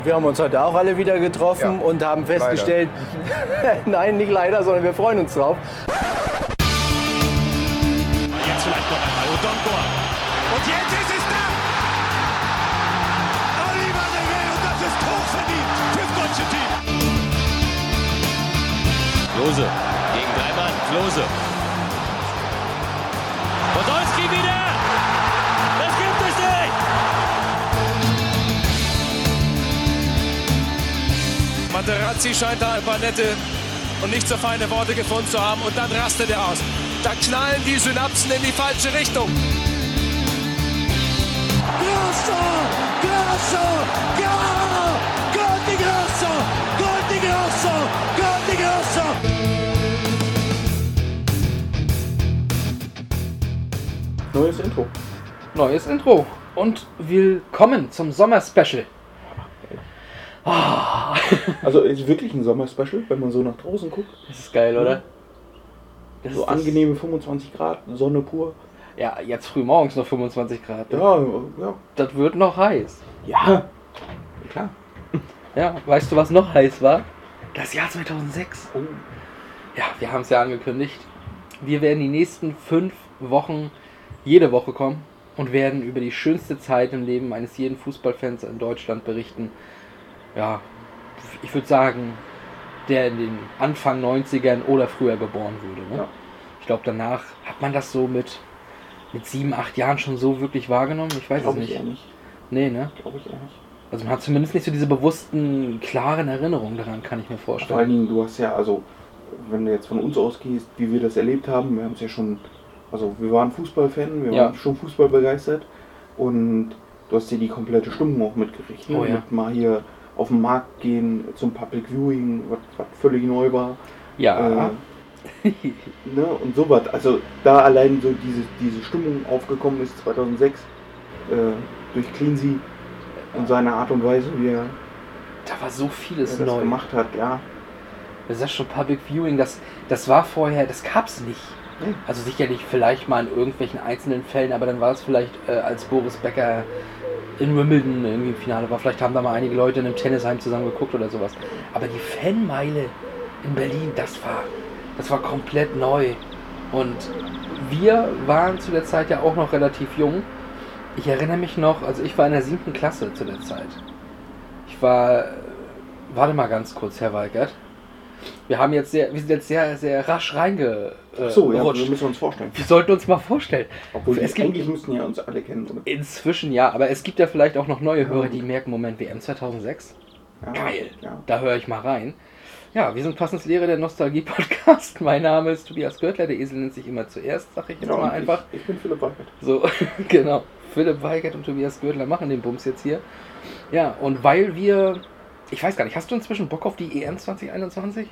Wir haben uns heute auch alle wieder getroffen und haben festgestellt, nein, nicht leider, sondern wir freuen uns drauf. Jetzt vielleicht noch einmal Odonkor. Und jetzt ist es da! Oliver Nevé, und das ist hochverdient fürs deutsche Team. Klose gegen 3 Mann. Klose. Podolski wieder! Das gibt es nicht! Materazzi scheint da ein paar nette und nicht so feine Worte gefunden zu haben. Und dann rastet er aus. Da knallen die Synapsen in die falsche Richtung. Grosso! Grosso! Ja! Gol di Grosso! Gol di Grosso! Gol di Grosso! Neues Intro. Neues Intro. Und willkommen zum Sommer-Special. Also ist wirklich ein Sommer-Special, wenn man so nach draußen guckt. Das ist geil, oder? Das So ist angenehme 25 Grad, Sonne pur. Ja, jetzt früh morgens noch 25 Grad. Ja. Das wird noch heiß. Ja, klar. Ja, weißt du, was noch heiß war? Das Jahr 2006. Oh. Ja, wir haben es ja angekündigt. Wir werden die nächsten 5 Wochen jede Woche kommen und werden über die schönste Zeit im Leben eines jeden Fußballfans in Deutschland berichten. Ja, ich würde sagen, der in den Anfang 90ern oder früher geboren wurde. Ne? Ja. Ich glaube, danach hat man das so mit 7, 8 Jahren schon so wirklich wahrgenommen. Ich weiß es nicht. Eher nicht. Nee, ne? Glaube ich eher nicht. Also man hat zumindest nicht so diese bewussten, klaren Erinnerungen daran, kann ich mir Vor allen vorstellen. Dingen, du hast ja, also, wenn du jetzt von uns ausgehst, wie wir das erlebt haben, wir haben es ja schon, also wir waren Fußballfan, wir waren schon Fußball begeistert und du hast dir die komplette Stimmung auch mitgekriegt. Ne? Oh ja. Mit mal hier auf den Markt gehen, zum Public Viewing, was völlig neu war. Ja. Ne, und sowas. Also da allein so diese Stimmung aufgekommen ist 2006 durch Cleansea und seine Art und Weise, wie er Da war so vieles das neu. gemacht hat, ja. Das ist schon Public Viewing, das war vorher, das gab's nicht. Nee. Also sicherlich vielleicht mal in irgendwelchen einzelnen Fällen, aber dann war es vielleicht, als Boris Becker in Wimbledon irgendwie im Finale war, vielleicht haben da mal einige Leute in einem Tennisheim zusammen geguckt oder sowas. Aber die Fanmeile in Berlin, das war komplett neu. Und wir waren zu der Zeit ja auch noch relativ jung. Ich erinnere mich noch, also ich war in der 7. Klasse zu der Zeit. Warte mal ganz kurz, Herr Weigert. Wir sind jetzt sehr, sehr rasch reingerutscht. So, ja, wir müssen uns vorstellen. Wir sollten uns mal vorstellen. Obwohl, Es gibt- eigentlich müssten ja uns alle kennen, oder? Inzwischen ja, aber es gibt ja vielleicht auch noch neue Hörer, die merken, Moment, WM 2006? Ja, Geil, Ja. da höre ich mal rein. Ja, wir sind Passenslehre, der Nostalgie-Podcast. Mein Name ist Tobias Görtler, der Esel nennt sich immer zuerst, sag ich jetzt Ja, mal und einfach. Ich bin Philipp Weigert. So, genau. Philipp Weigert und Tobias Görtler machen den Bums jetzt hier. Ja, und weil wir, ich weiß gar nicht, hast du inzwischen Bock auf die EM 2021?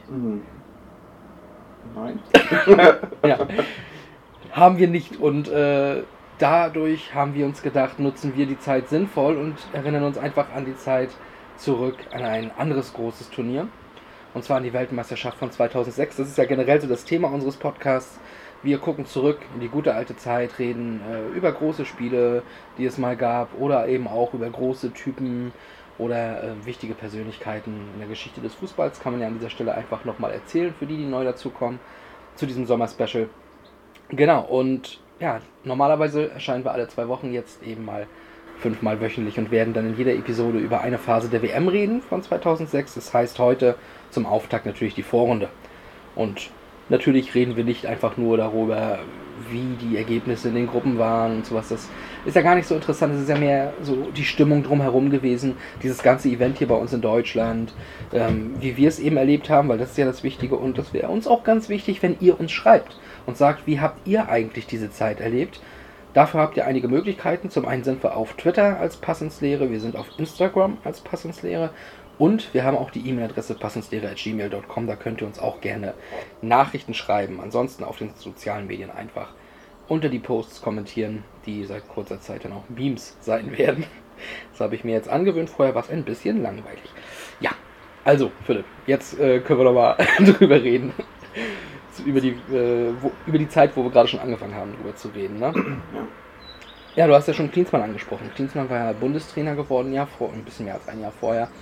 Nein. Ja, haben wir nicht. Und dadurch haben wir uns gedacht, nutzen wir die Zeit sinnvoll und erinnern uns einfach an die Zeit zurück, an ein anderes großes Turnier. Und zwar an die Weltmeisterschaft von 2006. Das ist ja generell so das Thema unseres Podcasts. Wir gucken zurück in die gute alte Zeit, reden über große Spiele, die es mal gab, oder eben auch über große Typen oder wichtige Persönlichkeiten in der Geschichte des Fußballs. Kann man ja an dieser Stelle einfach nochmal erzählen, für die neu dazukommen, zu diesem Sommer-Special. Genau, und ja, normalerweise erscheinen wir alle 2 Wochen, jetzt eben mal 5-mal wöchentlich und werden dann in jeder Episode über eine Phase der WM reden von 2006. Das heißt heute zum Auftakt natürlich die Vorrunde. Und natürlich reden wir nicht einfach nur darüber, wie die Ergebnisse in den Gruppen waren und sowas. Das ist ja gar nicht so interessant. Es ist ja mehr so die Stimmung drumherum gewesen, dieses ganze Event hier bei uns in Deutschland, wie wir es eben erlebt haben, weil das ist ja das Wichtige. Und das wäre uns auch ganz wichtig, wenn ihr uns schreibt und sagt, wie habt ihr eigentlich diese Zeit erlebt? Dafür habt ihr einige Möglichkeiten. Zum einen sind wir auf Twitter als Passenslehre, wir sind auf Instagram als Passenslehre und wir haben auch die E-Mail-Adresse passenslehre@gmail.com. Da könnt ihr uns auch gerne Nachrichten schreiben. Ansonsten auf den sozialen Medien einfach unter die Posts kommentieren, die seit kurzer Zeit dann auch Memes sein werden. Das habe ich mir jetzt angewöhnt. Vorher war es ein bisschen langweilig. Ja, also Philipp, jetzt können wir doch mal drüber reden. Über die Zeit, wo wir gerade schon angefangen haben, drüber zu reden. Ne? Ja, du hast ja schon Klinsmann angesprochen. Klinsmann war ja Bundestrainer geworden, ein bisschen mehr als ein Jahr vorher.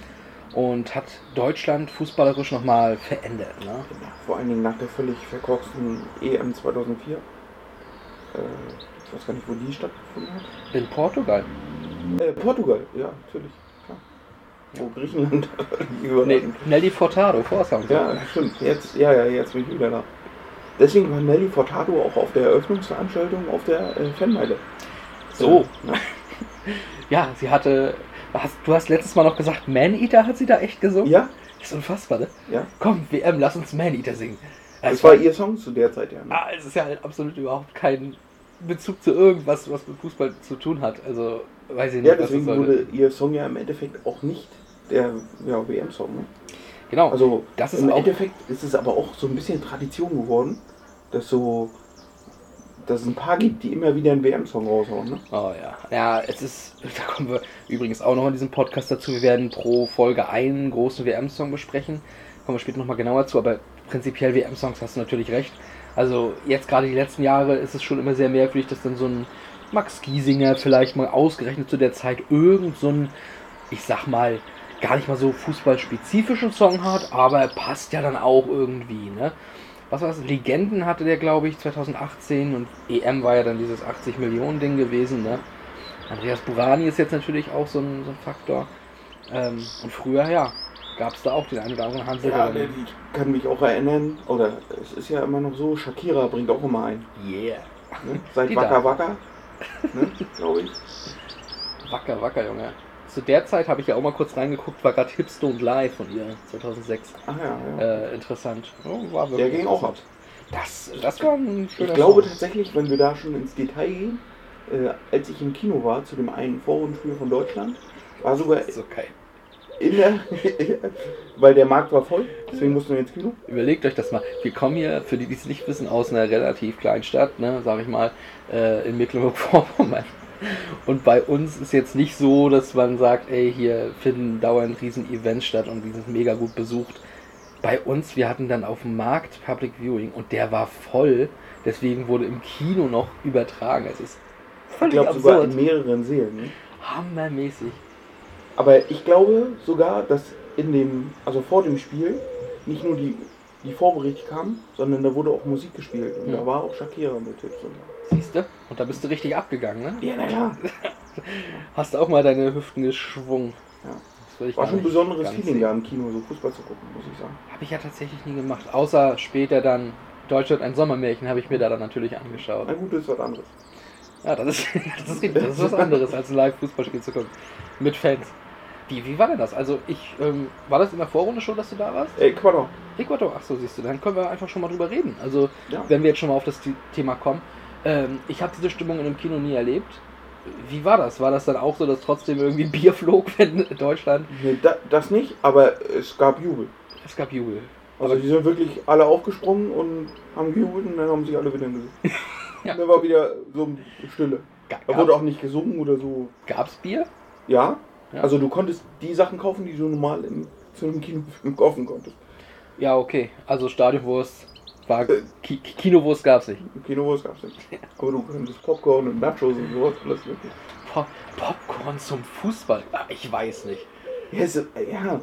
und hat Deutschland fußballerisch nochmal verändert. Ne? Vor allen Dingen nach der völlig verkorksten EM 2004. Ich weiß gar nicht, wo die stattgefunden hat. In Portugal. Portugal, ja, natürlich. Klar. Wo Griechenland Nelly Furtado, Vorsound. Ja, stimmt. Jetzt bin ich wieder da. Deswegen war Nelly Furtado auch auf der Eröffnungsveranstaltung auf der Fanmeile. So. Ja, sie hatte... Du hast letztes Mal noch gesagt, Man-Eater hat sie da echt gesungen? Ja. Das ist unfassbar, ne? Ja. Komm, WM, lass uns Man-Eater singen. Das war ihr Song zu der Zeit, ja. Ne? Es ist ja halt absolut überhaupt kein Bezug zu irgendwas, was mit Fußball zu tun hat. Also, weiß ich nicht, ja, deswegen wurde ihr Song ja im Endeffekt auch nicht der WM-Song. Ne? Genau. Also, das ist im Endeffekt ist es aber auch so ein bisschen Tradition geworden, dass es ein paar gibt, die immer wieder einen WM-Song raushauen. Ne? Oh ja. Ja, da kommen wir übrigens auch noch in diesem Podcast dazu. Wir werden pro Folge einen großen WM-Song besprechen. Kommen wir später nochmal genauer zu, aber prinzipiell WM-Songs hast du natürlich recht. Also jetzt gerade die letzten Jahre ist es schon immer sehr merkwürdig, dass dann so ein Max Giesinger vielleicht mal ausgerechnet zu der Zeit irgend so ein, ich sag mal, gar nicht mal so fußballspezifischen Song hat, aber er passt ja dann auch irgendwie, ne? Was war das? Legenden hatte der, glaube ich, 2018 und EM war ja dann dieses 80-Millionen-Ding gewesen, ne? Andreas Burani ist jetzt natürlich auch so ein Faktor. Und früher, ja, gab es da auch den einen oder anderen Hansel. Ja, ich kann mich auch erinnern, oder es ist ja immer noch so, Shakira bringt auch immer ein. Yeah. Ne? Seit Waka Waka, ne? Glaube ich. Waka Waka, Junge. Zu der Zeit habe ich ja auch mal kurz reingeguckt, war gerade Hipstone Live von ihr, 2006. Ach ja. Interessant. Oh, war der ging auch ab. Das war ein schöner Ich glaube Song. tatsächlich, wenn wir da schon ins Detail gehen, als ich im Kino war, zu dem einen Vorrundenspiel von Deutschland, war sogar das ist okay. weil der Markt war voll, deswegen mussten wir ins Kino. Überlegt euch das mal. Wir kommen hier, für die, die es nicht wissen, aus einer relativ kleinen Stadt, ne, sag ich mal, in Mecklenburg-Vorpommern. Und bei uns ist jetzt nicht so, dass man sagt, ey, hier finden dauernd riesen Events statt und die sind mega gut besucht. Bei uns, wir hatten dann auf dem Markt Public Viewing und der war voll, deswegen wurde im Kino noch übertragen. Es ist völlig ich glaube absurd. sogar in mehreren Sälen. Ne? Hammermäßig. Aber ich glaube sogar, dass vor dem Spiel nicht nur die Vorberichte kamen, sondern da wurde auch Musik gespielt und da war auch Shakira mit Tipps. Siehst du? Und da bist du richtig abgegangen, ne? Ja, na klar. Hast du auch mal deine Hüften geschwungen. Ja. War schon ein besonderes Feeling da im Kino, so Fußball zu gucken, muss ich sagen. Habe ich ja tatsächlich nie gemacht. Außer später dann Deutschland ein Sommermärchen habe ich mir da dann natürlich angeschaut. Na gut, das ist was anderes. Ja, das ist richtig. Das ist was anderes, als ein Live-Fußballspiel zu gucken. Mit Fans. Wie war denn das? Also war das in der Vorrunde schon, dass du da warst? Ecuador. Ach so, siehst du, dann können wir einfach schon mal drüber reden. Also, ja. Wenn wir jetzt schon mal auf das Thema kommen. Ich habe diese Stimmung in einem Kino nie erlebt. Wie war das? War das dann auch so, dass trotzdem irgendwie Bier flog, wenn Deutschland... Nee, das nicht, aber es gab Jubel. Es gab Jubel. Also die sind wirklich alle aufgesprungen und haben gejubelt und dann haben sich alle wieder gesehen. Ja. Und dann war wieder so Stille. Da wurde auch nicht gesungen oder so. Gab's Bier? Ja. Also du konntest die Sachen kaufen, die du normal zu einem Kinofilm kaufen konntest. Ja, okay. Also Stadionwurst war... Kinowurst gab's nicht. Kinowurst gab's nicht. Aber du konntest Popcorn und Nachos und sowas alles wirklich. Popcorn zum Fußball? Ich weiß nicht. Ja.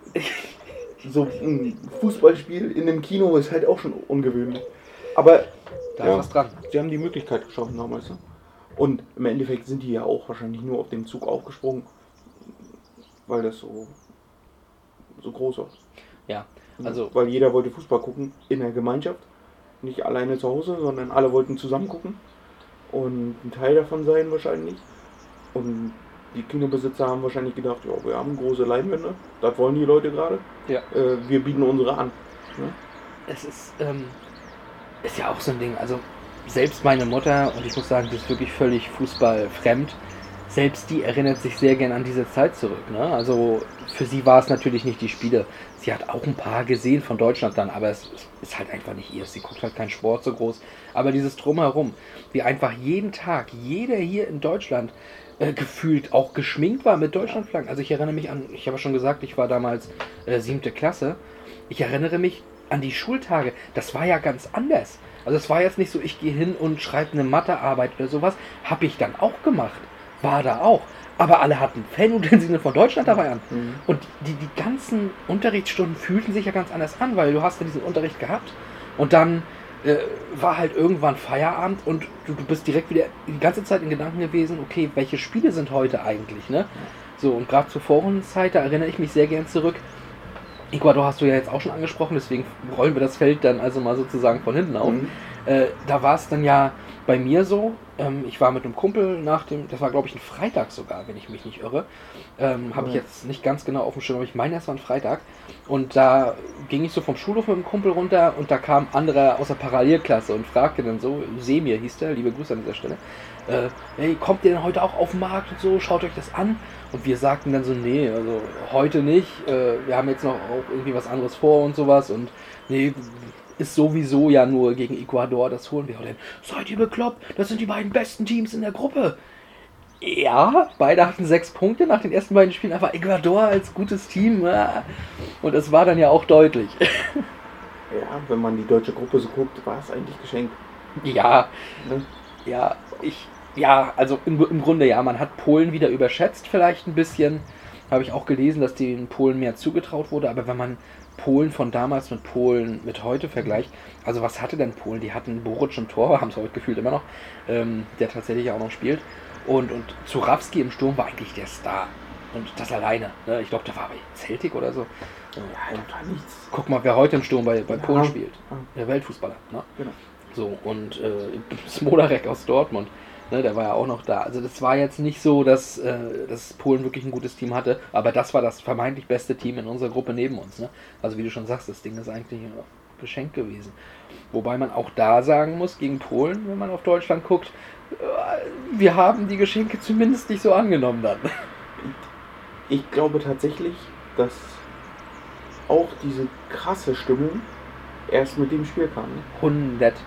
So ein Fußballspiel in einem Kino ist halt auch schon ungewöhnlich. Aber da ist was dran. Sie haben die Möglichkeit geschaffen damals. Ne? Und im Endeffekt sind die ja auch wahrscheinlich nur auf den Zug aufgesprungen, weil das so groß war. Ja, also... Weil jeder wollte Fußball gucken in der Gemeinschaft. Nicht alleine zu Hause, sondern alle wollten zusammen gucken. Und ein Teil davon sein wahrscheinlich. Und die Kinobesitzer haben wahrscheinlich gedacht, ja, wir haben große Leinwände, das wollen die Leute gerade. Ja. Wir bieten unsere an. Ne? Es ist ja auch so ein Ding, also selbst meine Mutter, und ich muss sagen, die ist wirklich völlig fußballfremd, selbst die erinnert sich sehr gern an diese Zeit zurück. Ne? Also für sie war es natürlich nicht die Spiele. Sie hat auch ein paar gesehen von Deutschland dann, aber es ist halt einfach nicht ihr. Sie guckt halt keinen Sport so groß. Aber dieses Drumherum, wie einfach jeden Tag, jeder hier in Deutschland gefühlt auch geschminkt war mit Deutschlandflaggen. Also ich erinnere mich an, ich habe schon gesagt, ich war damals 7. Klasse. Ich erinnere mich an die Schultage. Das war ja ganz anders. Also es war jetzt nicht so, ich gehe hin und schreibe eine Mathearbeit oder sowas. Habe ich dann auch gemacht. War da auch. aber alle hatten Fanutensilien von Deutschland dabei an. Und die ganzen Unterrichtsstunden fühlten sich ja ganz anders an, weil du hast ja diesen Unterricht gehabt und dann war halt irgendwann Feierabend und du bist direkt wieder die ganze Zeit in Gedanken gewesen, okay, welche Spiele sind heute eigentlich, ne? So, und gerade zur Vorrundenzeit, da erinnere ich mich sehr gern zurück. Ecuador hast du ja jetzt auch schon angesprochen, deswegen rollen wir das Feld dann also mal sozusagen von hinten auf. Da war es dann ja bei mir so, ich war mit einem Kumpel das war glaube ich ein Freitag sogar, wenn ich mich nicht irre, habe ich jetzt nicht ganz genau auf dem Schirm, aber ich meine, es war ein Freitag und da ging ich so vom Schulhof mit dem Kumpel runter und da kam ein anderer aus der Parallelklasse und fragte dann so, Semir hieß der, liebe Grüße an dieser Stelle, hey, kommt ihr denn heute auch auf den Markt und so, schaut euch das an? Und wir sagten dann so, nee, also heute nicht, wir haben jetzt noch auch irgendwie was anderes vor und sowas und nee, ist sowieso ja nur gegen Ecuador, das holen wir. Denn seid ihr bekloppt? Das sind die beiden besten Teams in der Gruppe. Ja, beide hatten 6 Punkte nach den ersten beiden Spielen, aber Ecuador als gutes Team. Und es war dann ja auch deutlich. Ja, wenn man die deutsche Gruppe so guckt, war es eigentlich geschenkt. Ja, Ne? ja, also im Grunde ja, man hat Polen wieder überschätzt vielleicht ein bisschen. Habe ich auch gelesen, dass den Polen mehr zugetraut wurde, aber wenn man Polen von damals mit Polen mit heute vergleicht, also was hatte denn Polen? Die hatten Boruc im Tor, haben es heute gefühlt immer noch, der tatsächlich auch noch spielt. Und Zurawski im Sturm war eigentlich der Star. Und das alleine. Ne? Ich glaube, der war bei Celtic oder so. Ja, war nichts. Guck mal, wer heute im Sturm bei Polen spielt. Der Weltfußballer. Ne? Genau. So, und Smolarek aus Dortmund. Ne, der war ja auch noch da. Also das war jetzt nicht so, dass Polen wirklich ein gutes Team hatte, aber das war das vermeintlich beste Team in unserer Gruppe neben uns. Ne? Also wie du schon sagst, das Ding ist eigentlich ein Geschenk gewesen. Wobei man auch da sagen muss, gegen Polen, wenn man auf Deutschland guckt, wir haben die Geschenke zumindest nicht so angenommen dann. Ich glaube tatsächlich, dass auch diese krasse Stimmung erst mit dem Spiel kam. Ne? 100%.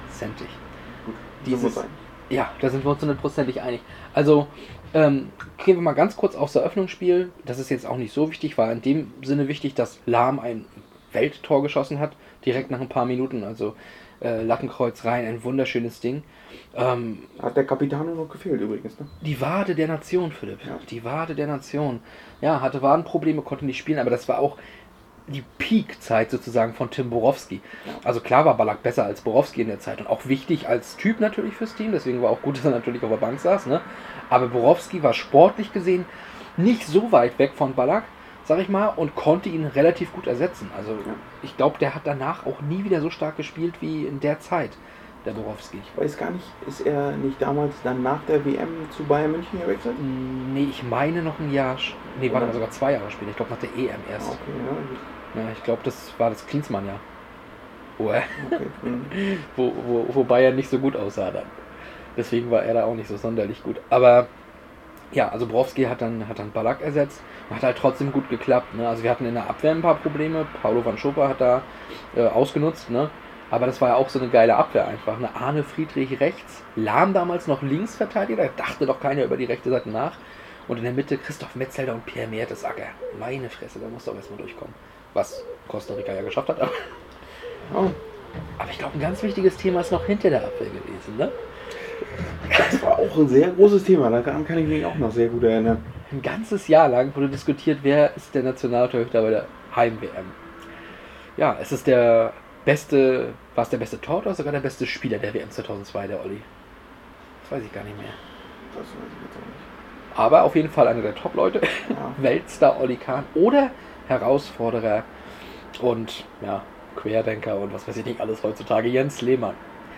Gut, ja, da sind wir uns 100%ig einig. Also, gehen wir mal ganz kurz aufs Eröffnungsspiel. Das ist jetzt auch nicht so wichtig, war in dem Sinne wichtig, dass Lahm ein Welttor geschossen hat, direkt nach ein paar Minuten. Also Lattenkreuz rein, ein wunderschönes Ding. Hat der Capitano noch gefehlt übrigens, ne? Die Wade der Nation, Philipp. Ja. Die Wade der Nation. Ja, hatte Wadenprobleme, konnte nicht spielen, aber das war auch die Peak-Zeit sozusagen von Tim Borowski. Also klar war Ballack besser als Borowski in der Zeit und auch wichtig als Typ natürlich fürs Team, deswegen war auch gut, dass er natürlich auf der Bank saß, ne? Aber Borowski war sportlich gesehen nicht so weit weg von Ballack, sag ich mal, und konnte ihn relativ gut ersetzen. Also ich glaube, der hat danach auch nie wieder so stark gespielt wie in der Zeit, der Borowski. Ich weiß gar nicht, ist er nicht damals dann nach der WM zu Bayern München gewechselt? Nee, ich meine noch ein Jahr, warte, sogar 2 Jahre später, ich glaube nach der EM erst. Okay, ja, gut. Ja, ich glaube, das war das Klinsmann-Jahr. Okay. Mhm. wo Bayern nicht so gut aussah dann. Deswegen war er da auch nicht so sonderlich gut. Aber ja, also Borowski hat dann Ballack ersetzt. Hat halt trotzdem gut geklappt. Ne? Also wir hatten in der Abwehr ein paar Probleme. Paulo van Schopa hat da ausgenutzt. Ne? Aber das war ja auch so eine geile Abwehr einfach. Ne? Arne Friedrich rechts, Lahm damals noch Linksverteidiger. Da dachte doch keiner über die rechte Seite nach. Und in der Mitte Christoph Metzelder und Pierre Mertesacker. Meine Fresse, da musst du auch erstmal durchkommen. Was Costa Rica ja geschafft hat. Aber ich glaube, ein ganz wichtiges Thema ist noch hinter der Abwehr gewesen, ne? Das war auch ein sehr großes Thema, daran kann ich mich auch noch sehr gut erinnern. Ein ganzes Jahr lang wurde diskutiert, wer ist der Nationaltorhüter bei der Heim-WM. Ja, es ist war es der beste Tor oder sogar der beste Spieler der WM 2002, der Olli? Das weiß ich gar nicht mehr. Das weiß ich jetzt auch nicht. Aber auf jeden Fall einer der Top-Leute. Ja. Weltstar Olli Kahn oder Herausforderer und ja, Querdenker und was weiß ich nicht alles heutzutage, Jens Lehmann.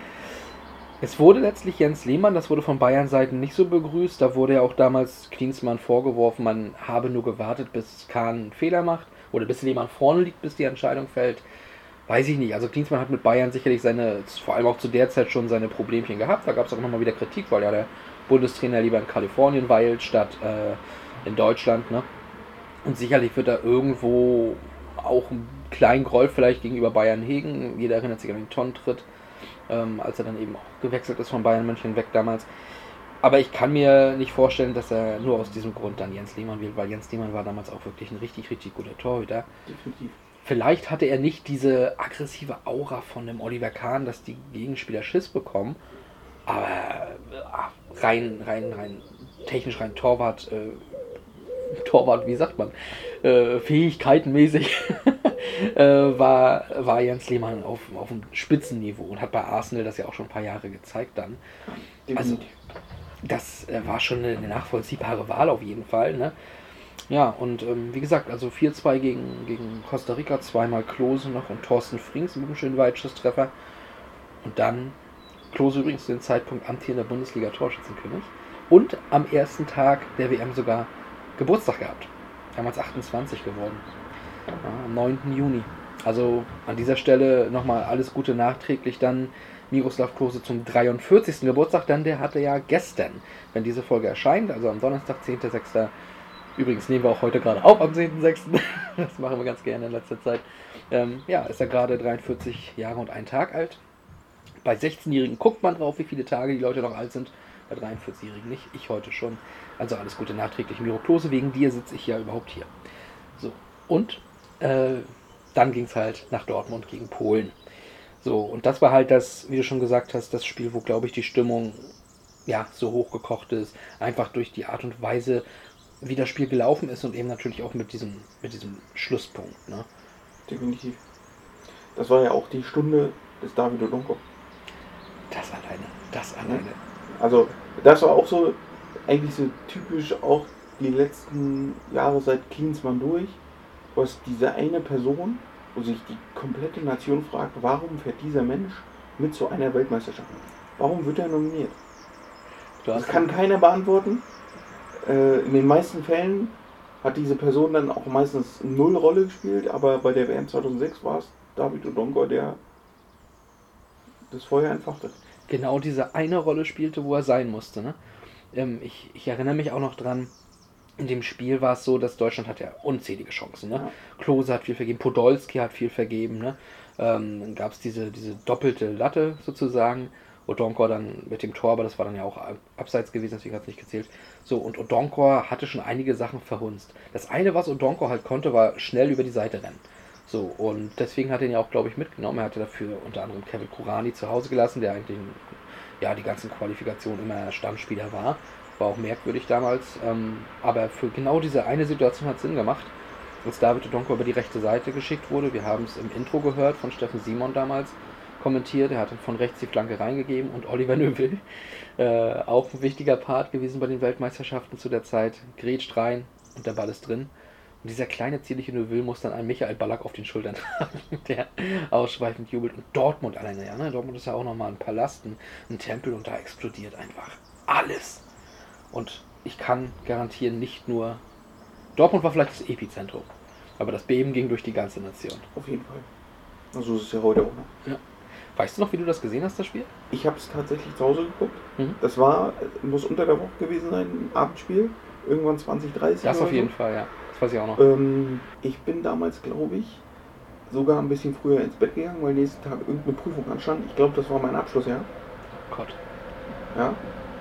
Es wurde letztlich Jens Lehmann, das wurde von Bayern-Seiten nicht so begrüßt. Da wurde ja auch damals Klinsmann vorgeworfen, man habe nur gewartet, bis Kahn einen Fehler macht oder bis Lehmann vorne liegt, bis die Entscheidung fällt. Weiß ich nicht. Also Klinsmann hat mit Bayern sicherlich vor allem auch zu der Zeit schon seine Problemchen gehabt. Da gab es auch nochmal wieder Kritik, weil ja der Bundestrainer lieber in Kalifornien weilt, statt in Deutschland. Ne? Und sicherlich wird da irgendwo auch einen kleinen Groll vielleicht gegenüber Bayern hegen. Jeder erinnert sich an den Tontritt, als er dann eben auch gewechselt ist von Bayern München weg damals. Aber ich kann mir nicht vorstellen, dass er nur aus diesem Grund dann Jens Lehmann wählt, weil Jens Lehmann war damals auch wirklich ein richtig, richtig guter Torhüter. Definitiv. Vielleicht hatte er nicht diese aggressive Aura von dem Oliver Kahn, dass die Gegenspieler Schiss bekommen, aber rein technisch rein Torwart, wie sagt man, fähigkeitenmäßig war Jens Lehmann auf einem Spitzenniveau und hat bei Arsenal das ja auch schon ein paar Jahre gezeigt dann. Also das war schon eine nachvollziehbare Wahl auf jeden Fall, ne? Ja, und wie gesagt, also 4-2 gegen Costa Rica, zweimal Klose noch und Thorsten Frings mit einem schönen Weitschusstreffer. Und dann Klose übrigens zu dem Zeitpunkt amtierender Bundesliga-Torschützenkönig und am ersten Tag der WM sogar Geburtstag gehabt. Damals 28 geworden. Ja, am 9. Juni. Also an dieser Stelle nochmal alles Gute nachträglich dann Miroslav Klose zum 43. Geburtstag, denn der hatte ja gestern, wenn diese Folge erscheint, also am Donnerstag, 10.06. Übrigens nehmen wir auch heute gerade auf am 10.06. Das machen wir ganz gerne in letzter Zeit. Ist er gerade 43 Jahre und einen Tag alt. Bei 16-Jährigen guckt man drauf, wie viele Tage die Leute noch alt sind. Bei 43-Jährigen nicht. Ich heute schon. Also alles Gute nachträglich, Miro Klose. Wegen dir sitze ich ja überhaupt hier. So. Und dann ging es halt nach Dortmund gegen Polen. So. Und das war halt das, wie du schon gesagt hast, das Spiel, wo, glaube ich, die Stimmung so hochgekocht ist. Einfach durch die Art und Weise, wie das Spiel gelaufen ist und eben natürlich auch mit diesem Schlusspunkt. Ne? Definitiv. Das war ja auch die Stunde des David Odonko. Das alleine. Also das war auch so, eigentlich so typisch auch die letzten Jahre seit Klinsmann durch, was diese eine Person, wo sich die komplette Nation fragt, warum fährt dieser Mensch mit so einer Weltmeisterschaft? Warum wird er nominiert? Das kann keiner beantworten. In den meisten Fällen hat diese Person dann auch meistens null Rolle gespielt, aber bei der WM 2006 war es David Odonko, der das Feuer entfachte. Genau diese eine Rolle spielte, wo er sein musste. Ne? Ich erinnere mich auch noch dran, in dem Spiel war es so, dass Deutschland hat ja unzählige Chancen. Ne? Ja. Klose hat viel vergeben, Podolski hat viel vergeben. Ne? Dann gab es diese doppelte Latte sozusagen. Odonko dann mit dem Tor, aber das war dann ja auch abseits gewesen, deswegen hat es nicht gezählt. So, und Odonko hatte schon einige Sachen verhunzt. Das eine, was Odonko halt konnte, war schnell über die Seite rennen. So, und deswegen hat er ihn ja auch, glaube ich, mitgenommen. Er hatte dafür unter anderem Kevin Kurani zu Hause gelassen, der eigentlich die ganzen Qualifikationen immer Stammspieler war. War auch merkwürdig damals. Aber für genau diese eine Situation hat es Sinn gemacht, als David Odonko über die rechte Seite geschickt wurde. Wir haben es im Intro gehört von Steffen Simon damals kommentiert. Er hat von rechts die Flanke reingegeben und Oliver Neuville, auch ein wichtiger Part gewesen bei den Weltmeisterschaften zu der Zeit, grätscht rein und der Ball ist drin. Und dieser kleine, zierliche Neuville muss dann einen Michael Ballack auf den Schultern tragen, der ausschweifend jubelt. Und Dortmund alleine, ja, ne? Dortmund ist ja auch nochmal ein Palast, ein Tempel und da explodiert einfach alles. Und ich kann garantieren, nicht nur Dortmund war vielleicht das Epizentrum, aber das Beben ging durch die ganze Nation. Auf jeden Fall. Also ist es ja heute auch noch. Ja. Weißt du noch, wie du das gesehen hast, das Spiel? Ich habe es tatsächlich zu Hause geguckt. Das muss unter der Woche gewesen sein, ein Abendspiel. Irgendwann 20:30. Das auf jeden Fall, ja. Das weiß ich auch noch. Ich bin damals, glaube ich, sogar ein bisschen früher ins Bett gegangen, weil nächsten Tag irgendeine Prüfung anstand. Ich glaube, das war mein Abschlussjahr. Gott. Ja.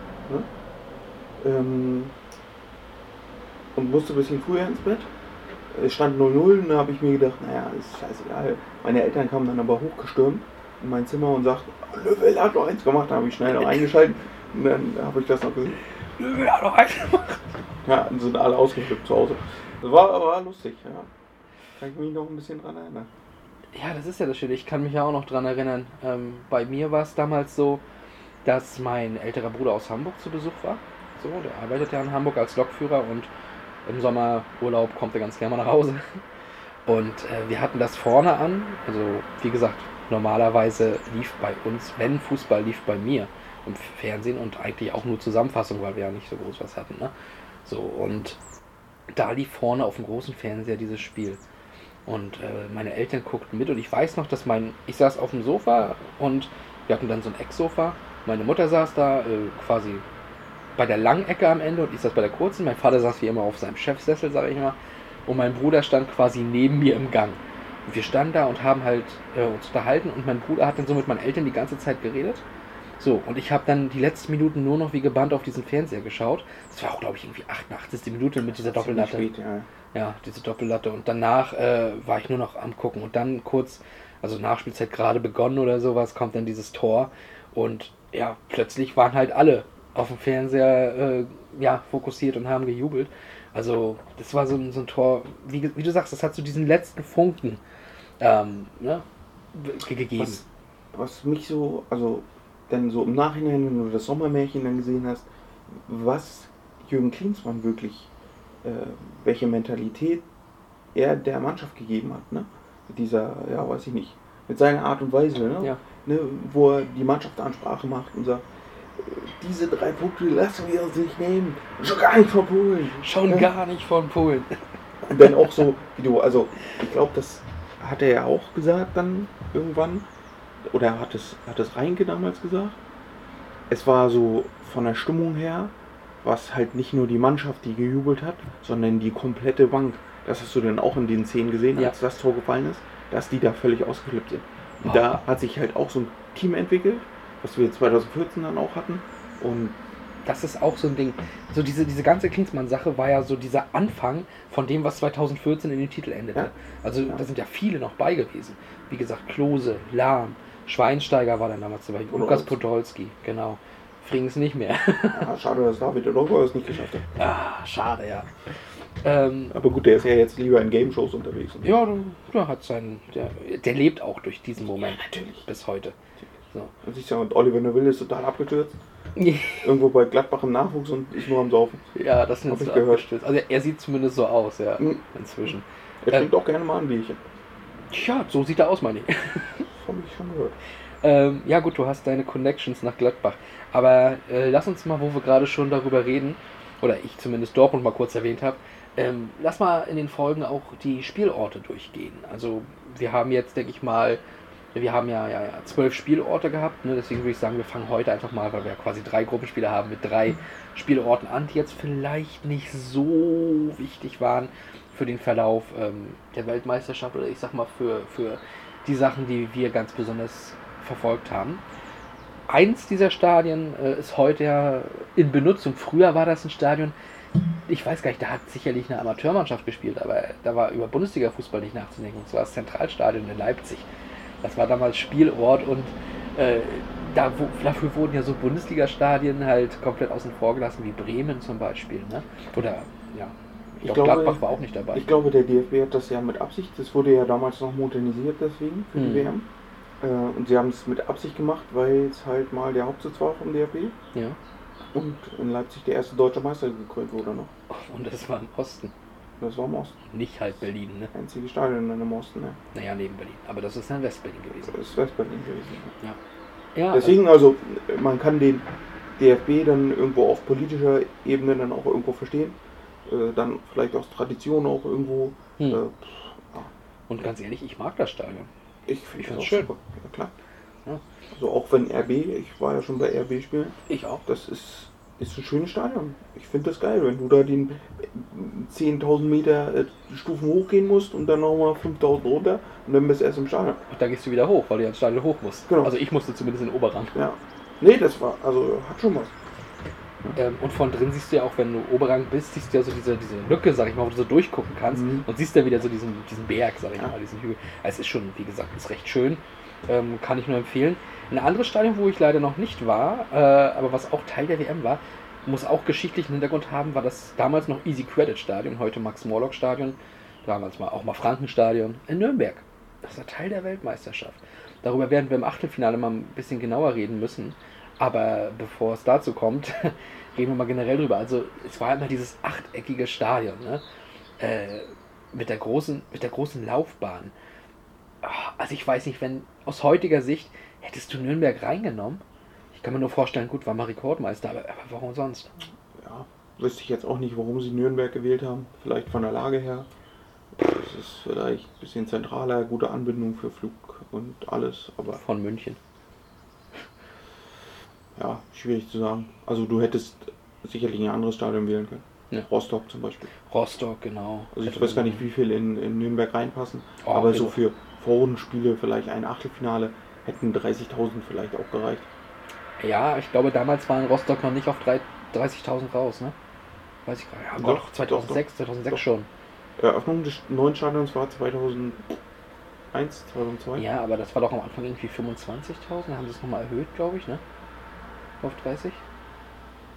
Und musste ein bisschen früher ins Bett. Es stand 0-0 und da habe ich mir gedacht, naja, ist scheißegal. Meine Eltern kamen dann aber hochgestürmt in mein Zimmer und sagten, Löwel hat noch eins gemacht. Da habe ich schnell noch eingeschaltet und dann habe ich das noch gesehen. Löwel hat noch eins gemacht. Ja, dann sind alle ausgeflippt zu Hause. Das war lustig, ja. Kann ich mich noch ein bisschen dran erinnern. Ja, das ist ja das Schöne. Ich kann mich ja auch noch dran erinnern. Bei mir war es damals so, dass mein älterer Bruder aus Hamburg zu Besuch war. So, der arbeitet ja in Hamburg als Lokführer und im Sommerurlaub kommt er ganz gerne mal nach Hause. Und wir hatten das vorne an. Also, wie gesagt, normalerweise lief bei uns, wenn Fußball, lief bei mir im Fernsehen und eigentlich auch nur Zusammenfassung, weil wir ja nicht so groß was hatten. Ne? So, und da lief vorne auf dem großen Fernseher dieses Spiel. Und meine Eltern guckten mit und ich weiß noch, dass ich saß auf dem Sofa und wir hatten dann so ein Ecksofa. Meine Mutter saß da quasi bei der langen Ecke am Ende und ich saß bei der kurzen. Mein Vater saß wie immer auf seinem Chefsessel, sage ich immer. Und mein Bruder stand quasi neben mir im Gang. Und wir standen da und haben halt uns unterhalten und mein Bruder hat dann so mit meinen Eltern die ganze Zeit geredet. So, und ich habe dann die letzten Minuten nur noch wie gebannt auf diesen Fernseher geschaut. Das war auch, glaube ich, irgendwie 88. Minute mit dieser Doppellatte. Spät, ja, diese Doppellatte. Und danach war ich nur noch am Gucken. Und dann kurz, also Nachspielzeit gerade begonnen oder sowas, kommt dann dieses Tor. Und ja, plötzlich waren halt alle auf dem Fernseher fokussiert und haben gejubelt. Also das war so ein Tor, wie du sagst, das hat so diesen letzten Funken gegeben. Was mich so, also dann so im Nachhinein, wenn du das Sommermärchen dann gesehen hast, was Jürgen Klinsmann wirklich, welche Mentalität er der Mannschaft gegeben hat, ne? Mit dieser, weiß ich nicht, mit seiner Art und Weise, ne? Ja. Ne? Wo er die Mannschaftsansprache macht und sagt, diese 3 Punkte lassen wir uns nicht nehmen, schon gar nicht von Polen. Gar nicht von Polen. Und dann auch so, also ich glaube, das hat er ja auch gesagt dann irgendwann, oder hat es Reinke damals gesagt. Es war so von der Stimmung her, was halt nicht nur die Mannschaft, die gejubelt hat, sondern die komplette Bank. Das hast du dann auch in den Szenen gesehen, als das Tor gefallen ist, dass die da völlig ausgeflippt sind. Und da hat sich halt auch so ein Team entwickelt, was wir 2014 dann auch hatten. Und das ist auch so ein Ding. So diese ganze Klinsmann-Sache war ja so dieser Anfang von dem, was 2014 in den Titel endete. Ja. Also da sind ja viele noch bei gewesen. Wie gesagt, Klose, Lahm, Schweinsteiger war dann damals dabei, Lukas Podolski, genau. Frings nicht mehr. Ja, schade, dass David Olofsson es nicht geschafft hat. Ah, schade, ja. Aber gut, der ist ja jetzt lieber in Game-Shows unterwegs. Ja, der hat der lebt auch durch diesen Moment. Ja, natürlich. Bis heute. So. Und Oliver Neville ist total abgestürzt. Irgendwo bei Gladbach im Nachwuchs und ist nur am Saufen. Ja, das ist so abgestürzt. Also er sieht zumindest so aus, ja, inzwischen. Er trinkt auch gerne mal ein Bierchen. Tja, so sieht er aus, meine ich. Das habe ich schon gehört. Ja gut, du hast deine Connections nach Gladbach. Aber lass uns mal, wo wir gerade schon darüber reden, oder ich zumindest Dortmund mal kurz erwähnt habe, lass mal in den Folgen auch die Spielorte durchgehen. Also wir haben jetzt, denke ich mal, wir haben ja 12 Spielorte gehabt, ne? Deswegen würde ich sagen, wir fangen heute einfach mal, weil wir ja quasi 3 Gruppenspiele haben, mit 3 Spielorten an, die jetzt vielleicht nicht so wichtig waren für den Verlauf der Weltmeisterschaft oder ich sag mal für die Sachen, die wir ganz besonders verfolgt haben. Eins dieser Stadien ist heute ja in Benutzung. Früher war das ein Stadion, ich weiß gar nicht, da hat sicherlich eine Amateurmannschaft gespielt, aber da war über Bundesliga-Fußball nicht nachzudenken. Und zwar das Zentralstadion in Leipzig. Das war damals Spielort und dafür wurden ja so Bundesliga-Stadien halt komplett außen vor gelassen, wie Bremen zum Beispiel. Ne? Oder, ja, ich glaube, Gladbach war auch nicht dabei. Ich glaube, der DFB hat das ja mit Absicht, das wurde ja damals noch modernisiert deswegen für die WM. Und sie haben es mit Absicht gemacht, weil es halt mal der Hauptsitz war vom DFB. Ja. Und in Leipzig der erste deutsche Meister gekrönt wurde noch. Und das war im Osten. Das war im Osten. Nicht halt Berlin, ne? Einzige Stadion dann im Osten, ne? Naja, neben Berlin. Aber das ist dann Westberlin gewesen. Das ist Westberlin gewesen. Ja. Deswegen, also man kann den DFB dann irgendwo auf politischer Ebene dann auch irgendwo verstehen. Dann vielleicht aus Tradition auch irgendwo. Und ganz ehrlich, ich mag das Stadion. Ich finde es schön. Super. Ja, klar. Ja. Also auch wenn ich war ja schon bei RB spielen. Ich auch. Das ist ein schönes Stadion. Ich finde das geil, wenn du da den 10.000 Meter Stufen hochgehen musst und dann nochmal 5.000 runter und dann bist du erst im Stadion. Und da gehst du wieder hoch, weil du ja ins Stadion hoch musst. Genau. Also ich musste zumindest in den Oberrang. Ja. Nee, das war, also hat schon was. Und von drin siehst du ja auch, wenn du Oberrang bist, siehst du ja so diese Lücke, sag ich mal, wo du so durchgucken kannst und siehst dann wieder so diesen Berg, sag ich mal, diesen Hügel. Also es ist schon, wie gesagt, ist recht schön, kann ich nur empfehlen. Ein anderes Stadion, wo ich leider noch nicht war, aber was auch Teil der WM war, muss auch geschichtlichen Hintergrund haben, war das damals noch Easy Credit Stadion, heute Max-Morlock Stadion, damals auch mal Frankenstadion in Nürnberg. Das war Teil der Weltmeisterschaft. Darüber werden wir im Achtelfinale mal ein bisschen genauer reden müssen. Aber bevor es dazu kommt, reden wir mal generell drüber. Also es war immer dieses achteckige Stadion, ne? Mit der großen Laufbahn. Also ich weiß nicht, wenn aus heutiger Sicht hättest du Nürnberg reingenommen. Ich kann mir nur vorstellen, gut, war mal Rekordmeister, aber warum sonst? Ja, wüsste ich jetzt auch nicht, warum sie Nürnberg gewählt haben. Vielleicht von der Lage her. Das ist vielleicht ein bisschen zentraler, gute Anbindung für Flug und alles. Aber von München. Ja, schwierig zu sagen. Also du hättest sicherlich ein anderes Stadion wählen können. Ja. Rostock zum Beispiel. Rostock, genau. Also ich weiß gar nicht, wie viel in Nürnberg reinpassen. Aber so für Vorrundenspiele, vielleicht ein Achtelfinale, hätten 30.000 vielleicht auch gereicht. Ja, ich glaube damals waren Rostock noch nicht auf 30.000 raus, ne? Weiß ich gar nicht. Ja, doch, 2006 doch. Schon. Eröffnung des neuen Stadions war 2001, 2002. Ja, aber das war doch am Anfang irgendwie 25.000. Haben sie es nochmal erhöht, glaube ich, ne? Auf 30?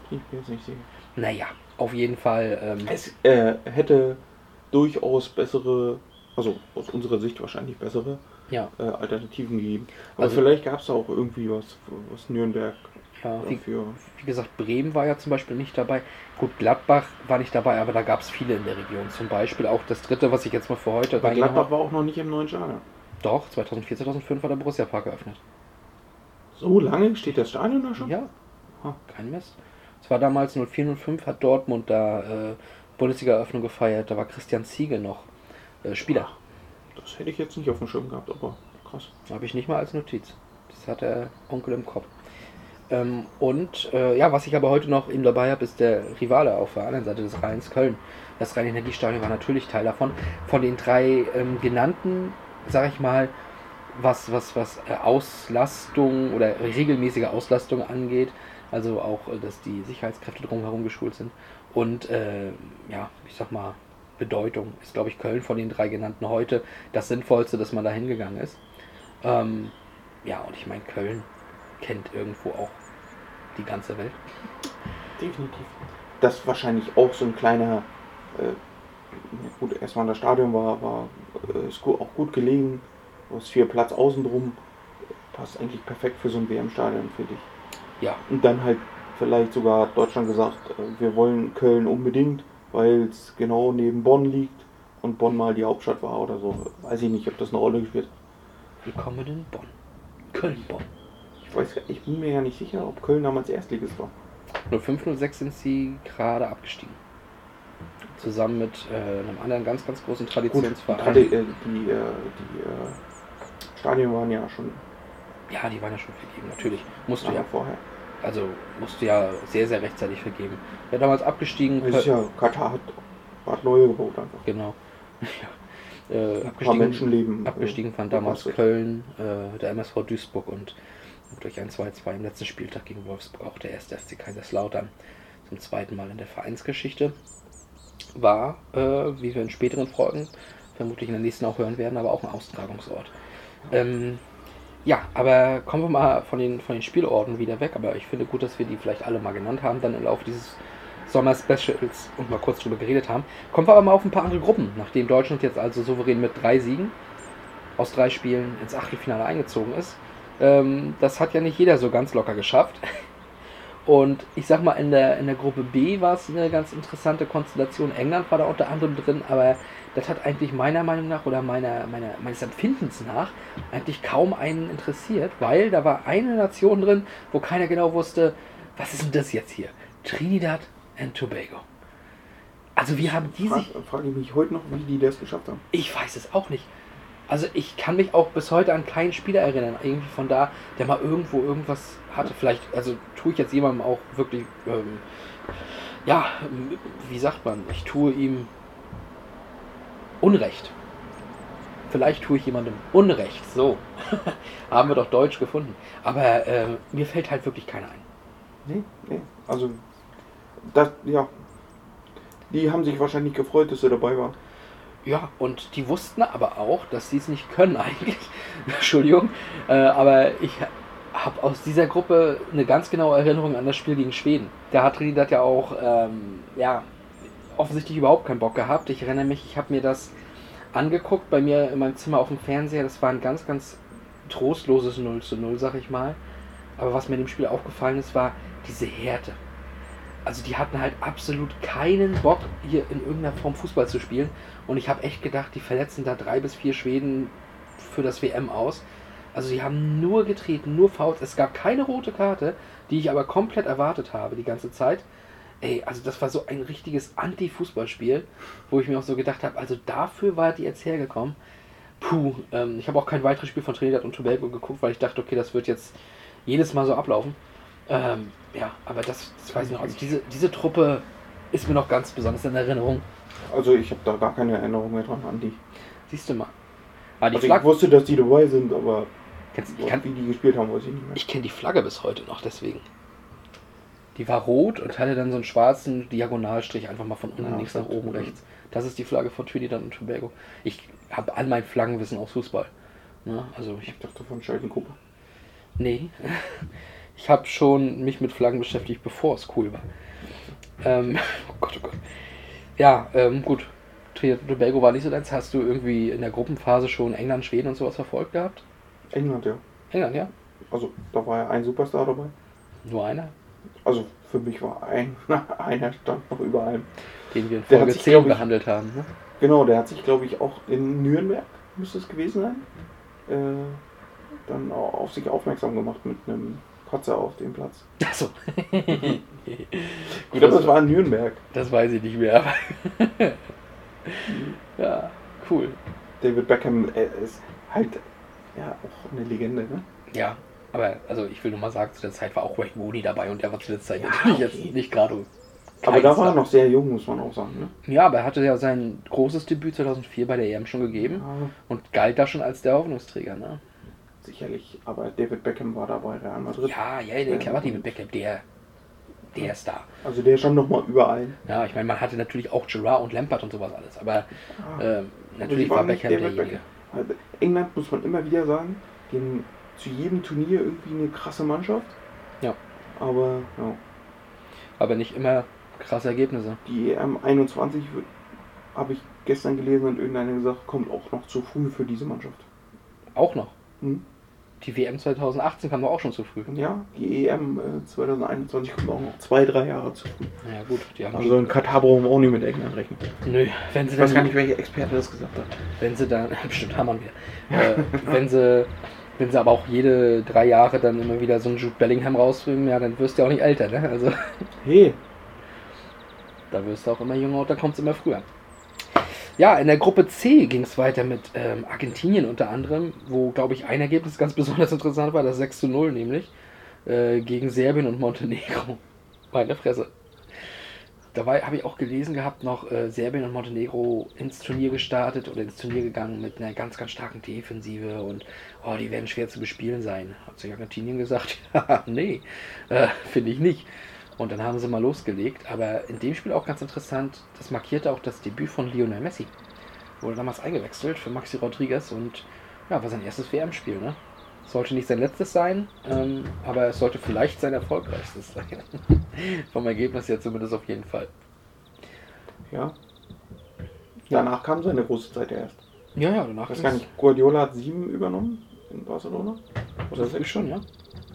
Ich bin jetzt nicht sicher. Naja, auf jeden Fall. Es hätte durchaus bessere, also aus unserer Sicht wahrscheinlich bessere Alternativen gegeben. Aber also, vielleicht gab es auch irgendwie was Nürnberg dafür. Wie gesagt, Bremen war ja zum Beispiel nicht dabei. Gut, Gladbach war nicht dabei, aber da gab es viele in der Region. Zum Beispiel auch das dritte, was ich jetzt mal für heute reingehauen habe. Gladbach war auch noch nicht im neuen Stadion. Doch, 2004, 2005 war der Borussia Park eröffnet. So lange steht das Stadion da schon? Ja, kein Mist. Es war damals 04, 05, hat Dortmund da Bundesliga-Eröffnung gefeiert. Da war Christian Ziege noch Spieler. Das hätte ich jetzt nicht auf dem Schirm gehabt, aber krass. Habe ich nicht mal als Notiz. Das hat der Onkel im Kopf. Was ich aber heute noch eben dabei habe, ist der Rivale auf der anderen Seite des Rheins, Köln. Das Rhein-Energiestadion war natürlich Teil davon. Von den drei genannten, sage ich mal, was Auslastung oder regelmäßige Auslastung angeht, also auch, dass die Sicherheitskräfte drumherum geschult sind und ich sag mal, Bedeutung ist, glaube ich, Köln von den drei genannten heute das Sinnvollste, dass man da hingegangen ist. Und ich meine, Köln kennt irgendwo auch die ganze Welt. Definitiv. Das wahrscheinlich auch so ein kleiner, erstmal das Stadion ist auch gut gelegen, du hast viel Platz außen drum, passt eigentlich perfekt für so ein WM-Stadion, finde ich. Ja. Und dann halt vielleicht sogar Deutschland gesagt, wir wollen Köln unbedingt, weil es genau neben Bonn liegt und Bonn mal die Hauptstadt war oder so. Weiß ich nicht, ob das eine Rolle gespielt hat. Willkommen in Bonn. Köln-Bonn. Ich bin mir ja nicht sicher, ob Köln damals Erstligist war. 05, 06 sind sie gerade abgestiegen. Zusammen mit einem anderen ganz, ganz großen Traditionsverein. Die Stadien waren ja schon... Ja, die waren ja schon vergeben, natürlich. Musst du ja vorher. Also musst du ja sehr, sehr rechtzeitig vergeben. Wer damals abgestiegen... Das ist ja, Katar hat neue gebaut einfach. Genau. Abgestiegen fand damals Köln, der MSV Duisburg und durch ein 2-2 im letzten Spieltag gegen Wolfsburg auch der erste FC Kaiserslautern zum zweiten Mal in der Vereinsgeschichte. War, wie wir in späteren Folgen vermutlich in der nächsten auch hören werden, aber auch ein Austragungsort. Aber kommen wir mal von den Spielorten wieder weg, aber ich finde gut, dass wir die vielleicht alle mal genannt haben, dann im Laufe dieses Sommer-Specials und mal kurz drüber geredet haben. Kommen wir aber mal auf ein paar andere Gruppen, nachdem Deutschland jetzt also souverän mit 3 Siegen aus 3 Spielen ins Achtelfinale eingezogen ist. Das hat ja nicht jeder so ganz locker geschafft. Und ich sag mal, in der Gruppe B war es eine ganz interessante Konstellation. England war da unter anderem drin, aber das hat eigentlich meiner Meinung nach oder meines Empfindens nach eigentlich kaum einen interessiert, weil da war eine Nation drin, wo keiner genau wusste, was ist denn das jetzt hier? Trinidad and Tobago. Also wie haben die sich... Frage ich mich heute noch, wie die das geschafft haben. Ich weiß es auch nicht. Also ich kann mich auch bis heute an keinen Spieler erinnern, irgendwie von da, der mal irgendwo irgendwas hatte. Vielleicht, also tue ich jetzt jemandem auch wirklich, wie sagt man, ich tue ihm Unrecht. Vielleicht tue ich jemandem Unrecht, so. Haben wir doch Deutsch gefunden. Aber mir fällt halt wirklich keiner ein. Nee, also, die haben sich wahrscheinlich gefreut, dass sie dabei waren. Ja, und die wussten aber auch, dass sie es nicht können eigentlich. Entschuldigung, aber ich habe aus dieser Gruppe eine ganz genaue Erinnerung an das Spiel gegen Schweden. Da hat Trinidad ja auch offensichtlich überhaupt keinen Bock gehabt. Ich erinnere mich, ich habe mir das angeguckt bei mir in meinem Zimmer auf dem Fernseher. Das war ein ganz, ganz trostloses 0:0, sag ich mal. Aber was mir in dem Spiel aufgefallen ist, war diese Härte. Also die hatten halt absolut keinen Bock, hier in irgendeiner Form Fußball zu spielen. Und ich habe echt gedacht, die verletzen da 3 bis 4 Schweden für das WM aus. Also die haben nur getreten, nur Fouls. Es gab keine rote Karte, die ich aber komplett erwartet habe die ganze Zeit. Also das war so ein richtiges Anti-Fußballspiel, wo ich mir auch so gedacht habe, also dafür war die jetzt hergekommen. Ich habe auch kein weiteres Spiel von Trinidad und Tobago geguckt, weil ich dachte, okay, das wird jetzt jedes Mal so ablaufen. Aber das weiß ich noch. Also diese Truppe ist mir noch ganz besonders in Erinnerung. Also ich habe da gar keine Erinnerung mehr dran an die. Siehst du mal. Ich wusste, dass die dabei sind, aber wie die gespielt haben, weiß ich nicht mehr. Ich kenne die Flagge bis heute noch, deswegen. Die war rot und hatte dann so einen schwarzen Diagonalstrich einfach mal von unten links nach oben rechts. Das ist die Flagge von Trinidad und Tobago. Ich habe all mein Flaggenwissen aus Fußball. Also ich dachte von Schaltengruppe. Nee. Ich habe schon mich mit Flaggen beschäftigt, bevor es cool war. Oh Gott. Ja, gut. Tobago war nicht so deins. Hast du irgendwie in der Gruppenphase schon England, Schweden und sowas verfolgt gehabt? England, ja. England, ja? Also, da war ja ein Superstar dabei. Nur einer? Also, für mich war einer stand noch über allem. Den wir in Folge 10 behandelt haben, ne? Genau, der hat sich, glaube ich, auch in Nürnberg, müsste es gewesen sein, dann auf sich aufmerksam gemacht mit einem Kotzer auf dem Platz. Achso. Gut, das war in Nürnberg. Das weiß ich nicht mehr. Ja, cool. David Beckham ist halt ja auch eine Legende, ne? Ja, aber also ich will nur mal sagen, zu der Zeit war auch Wayne Rooney dabei und der war zu der Zeit natürlich jetzt nicht gerade. Aber da war er noch sehr jung, muss man auch sagen, ne? Ja, aber er hatte ja sein großes Debüt 2004 bei der EM schon gegeben und galt da schon als der Hoffnungsträger, ne? Sicherlich, aber David Beckham war da bei Real Madrid. Ja, klar war David Beckham, der ist da. Also der schon nochmal überall. Ja, ich meine, man hatte natürlich auch Gerrard und Lampard und sowas alles, aber natürlich war war Beckham derjenige. England, muss man immer wieder sagen, die haben zu jedem Turnier irgendwie eine krasse Mannschaft. Ja. Aber, ja. Aber nicht immer krasse Ergebnisse. Die EM 21, habe ich gestern gelesen, und irgendeiner gesagt, kommt auch noch zu früh für diese Mannschaft. Auch noch? Hm? Die WM 2018 kam doch auch schon zu früh. Ja, die EM 2021 kommt auch noch 2-3 Jahre zu früh. Ja gut, die haben also in Katar brauchen wir auch nicht mit England rechnen. Nö, wenn sie ich weiß gar nicht, welcher Experte das gesagt hat. Wenn sie dann, bestimmt haben wir. wenn sie aber auch jede 3 Jahre dann immer wieder so einen Jude Bellingham rausbringen, ja, dann wirst du ja auch nicht älter, ne? Also. Hey. Da wirst du auch immer jünger und dann kommt es immer früher. Ja, in der Gruppe C ging es weiter mit Argentinien unter anderem, wo, glaube ich, ein Ergebnis ganz besonders interessant war, das 6:0 nämlich, gegen Serbien und Montenegro. Meine Fresse. Dabei habe ich auch gelesen gehabt, noch Serbien und Montenegro ins Turnier gestartet oder ins Turnier gegangen mit einer ganz, ganz starken Defensive und die werden schwer zu bespielen sein. Hat sich Argentinien gesagt, nee, finde ich nicht. Und dann haben sie mal losgelegt, aber in dem Spiel auch ganz interessant, das markierte auch das Debüt von Lionel Messi. Wurde damals eingewechselt für Maxi Rodriguez und ja, war sein erstes WM-Spiel, ne? Sollte nicht sein letztes sein, aber es sollte vielleicht sein erfolgreichstes sein. Vom Ergebnis her zumindest auf jeden Fall. Ja. Danach kam seine große Zeit erst. Ja, danach. Ich weiß gar nicht, Guardiola hat 7 übernommen in Barcelona? Oder 6 schon, ja.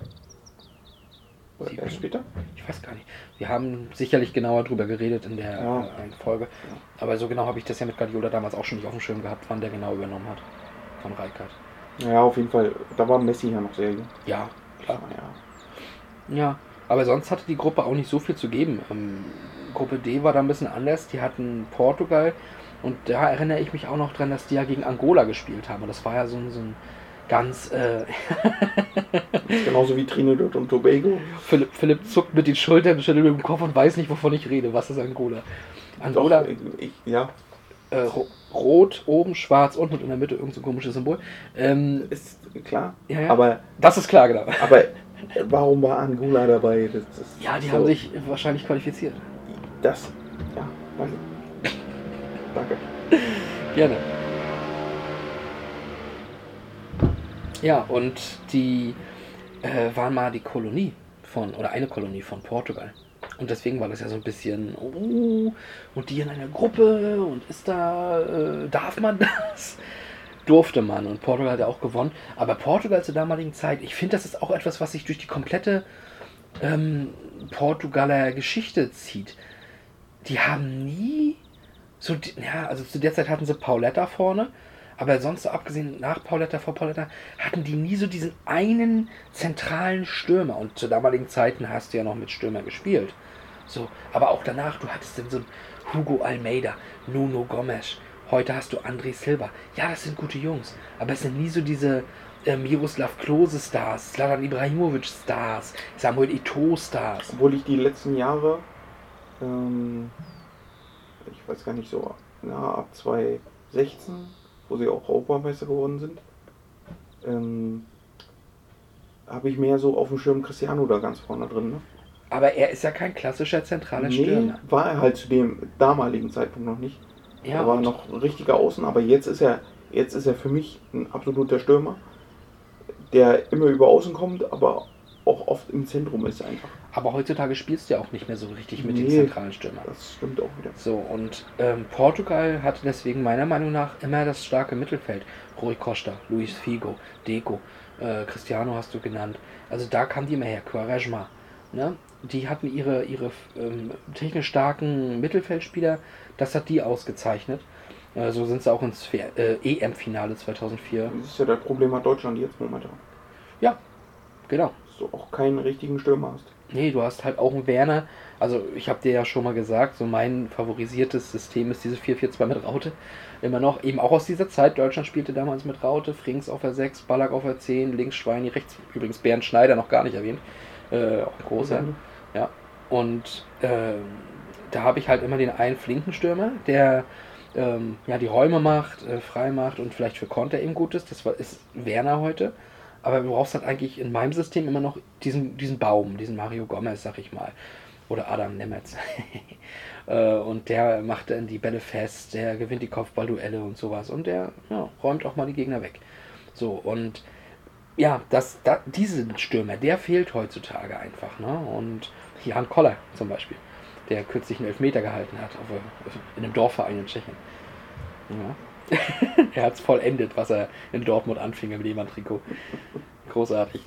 Oder erst später? Ich weiß gar nicht. Wir haben sicherlich genauer drüber geredet in der Folge. Ja. Aber so genau habe ich das ja mit Guardiola damals auch schon nicht auf dem Schirm gehabt, wann der genau übernommen hat. Von Rijkaard. Ja, auf jeden Fall. Da war Messi ja noch sehr jung. Ja, klar. Ja, aber sonst hatte die Gruppe auch nicht so viel zu geben. Gruppe D war da ein bisschen anders. Die hatten Portugal und da erinnere ich mich auch noch dran, dass die ja gegen Angola gespielt haben. Und das war ja so ein ganz... Genauso wie Trinidad und Tobago. Philipp zuckt mit den Schultern, schüttelt mit dem Kopf und weiß nicht, wovon ich rede. Was ist Angola? Angola... Doch, ja. Rot, oben, schwarz, unten und in der Mitte irgend so ein komisches Symbol. Ist klar. Ja. Aber das ist klar, genau. Aber warum war Angola dabei? Die haben sich wahrscheinlich qualifiziert. Ja, danke. Danke. Gerne. Ja, und die waren mal die Kolonie eine Kolonie von Portugal. Und deswegen war das ja so ein bisschen, und die in einer Gruppe und darf man das? Durfte man und Portugal hat ja auch gewonnen. Aber Portugal zur damaligen Zeit, ich finde, das ist auch etwas, was sich durch die komplette Portugaler Geschichte zieht. Die haben nie, also zu der Zeit hatten sie Pauleta vorne, aber sonst so abgesehen nach Pauleta, vor Pauleta, hatten die nie so diesen einen zentralen Stürmer. Und zu damaligen Zeiten hast du ja noch mit Stürmer gespielt. So, aber auch danach, du hattest dann so einen Hugo Almeida, Nuno Gomes, heute hast du André Silva. Ja, das sind gute Jungs, aber es sind nie so diese Miroslav Klose-Stars, Zlatan Ibrahimovic-Stars, Samuel Eto'o-Stars. Obwohl ich die letzten Jahre, ich weiß gar nicht so, ab 2016, wo sie auch Europameister geworden sind, habe ich mehr so auf dem Schirm Cristiano da ganz vorne drin. Ne? Aber er ist ja kein klassischer zentraler Stürmer. War er halt zu dem damaligen Zeitpunkt noch nicht. Ja, er war noch ein richtiger Außen, aber jetzt ist er für mich ein absoluter Stürmer, der immer über Außen kommt, aber auch oft im Zentrum ist einfach. Aber heutzutage spielst du ja auch nicht mehr so richtig mit den zentralen Stürmern. Das stimmt auch wieder. So, und Portugal hatte deswegen meiner Meinung nach immer das starke Mittelfeld. Rui Costa, Luis Figo, Deco, Cristiano hast du genannt. Also da kamen die immer her, Quaresma. Ne? Die hatten ihre technisch starken Mittelfeldspieler, das hat die ausgezeichnet. So sind sie auch ins EM-Finale 2004. Das ist ja das Problem hat Deutschland jetzt momentan. Ja, genau. Dass du auch keinen richtigen Stürmer hast. Nee, du hast halt auch einen Werner. Also ich habe dir ja schon mal gesagt, so mein favorisiertes System ist dieses 4-4-2 mit Raute. Immer noch, eben auch aus dieser Zeit. Deutschland spielte damals mit Raute, Frings auf der 6, Ballack auf der 10, links Schweini, rechts übrigens Bernd Schneider, noch gar nicht erwähnt. Auch ein großer. Ja. Und da habe ich halt immer den einen flinken Stürmer, der die Räume macht, frei macht und vielleicht für Konter eben gut ist. Das ist Werner heute. Aber du brauchst halt eigentlich in meinem System immer noch diesen Baum, diesen Mario Gomez, sag ich mal. Oder Adam Nemetz. Und der macht dann die Bälle fest, der gewinnt die Kopfballduelle und sowas. Und der räumt auch mal die Gegner weg. So, und ja, diesen Stürmer, der fehlt heutzutage einfach. Ne? Und Jan Koller zum Beispiel, der kürzlich einen Elfmeter gehalten hat in einem Dorfverein in Tschechien. Ja. Er hat es vollendet, was er in Dortmund anfing im Lehmann-Trikot. Großartig.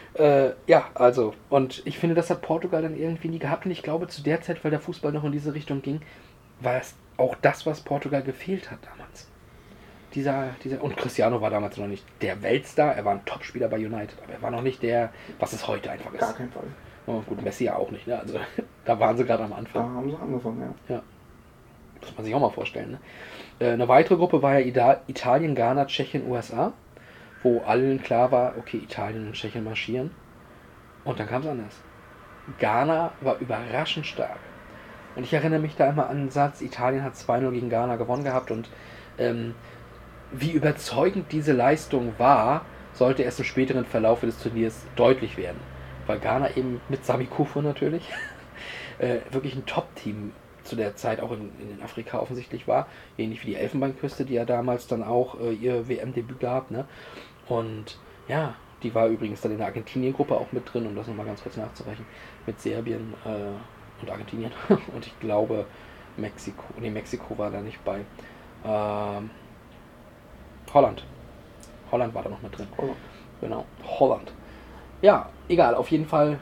Und ich finde, das hat Portugal dann irgendwie nie gehabt. Und ich glaube, zu der Zeit, weil der Fußball noch in diese Richtung ging, war es auch das, was Portugal gefehlt hat damals. Und Cristiano war damals noch nicht der Weltstar, er war ein Topspieler bei United, aber er war noch nicht der, was es heute einfach ist. Gar keinen Fall. Oh, gut, Messi ja auch nicht, ne? Also da waren sie gerade am Anfang. Da haben sie angefangen, ja. Muss man sich auch mal vorstellen, ne? Eine weitere Gruppe war ja Italien, Ghana, Tschechien, USA, wo allen klar war, okay, Italien und Tschechien marschieren. Und dann kam es anders. Ghana war überraschend stark. Und ich erinnere mich da immer an den Satz, Italien hat 2-0 gegen Ghana gewonnen gehabt und wie überzeugend diese Leistung war, sollte erst im späteren Verlauf des Turniers deutlich werden. Weil Ghana eben mit Sami Kufu natürlich wirklich ein Top-Team zu der Zeit auch in Afrika offensichtlich war. Ähnlich wie die Elfenbeinküste, die ja damals dann auch ihr WM-Debüt gab. Ne? Und ja, die war übrigens dann in der Argentinien-Gruppe auch mit drin, um das nochmal ganz kurz nachzureichen, mit Serbien und Argentinien. Und ich glaube Mexiko war da nicht bei. Holland war da noch mit drin. Holland. Genau, Holland. Ja, egal, auf jeden Fall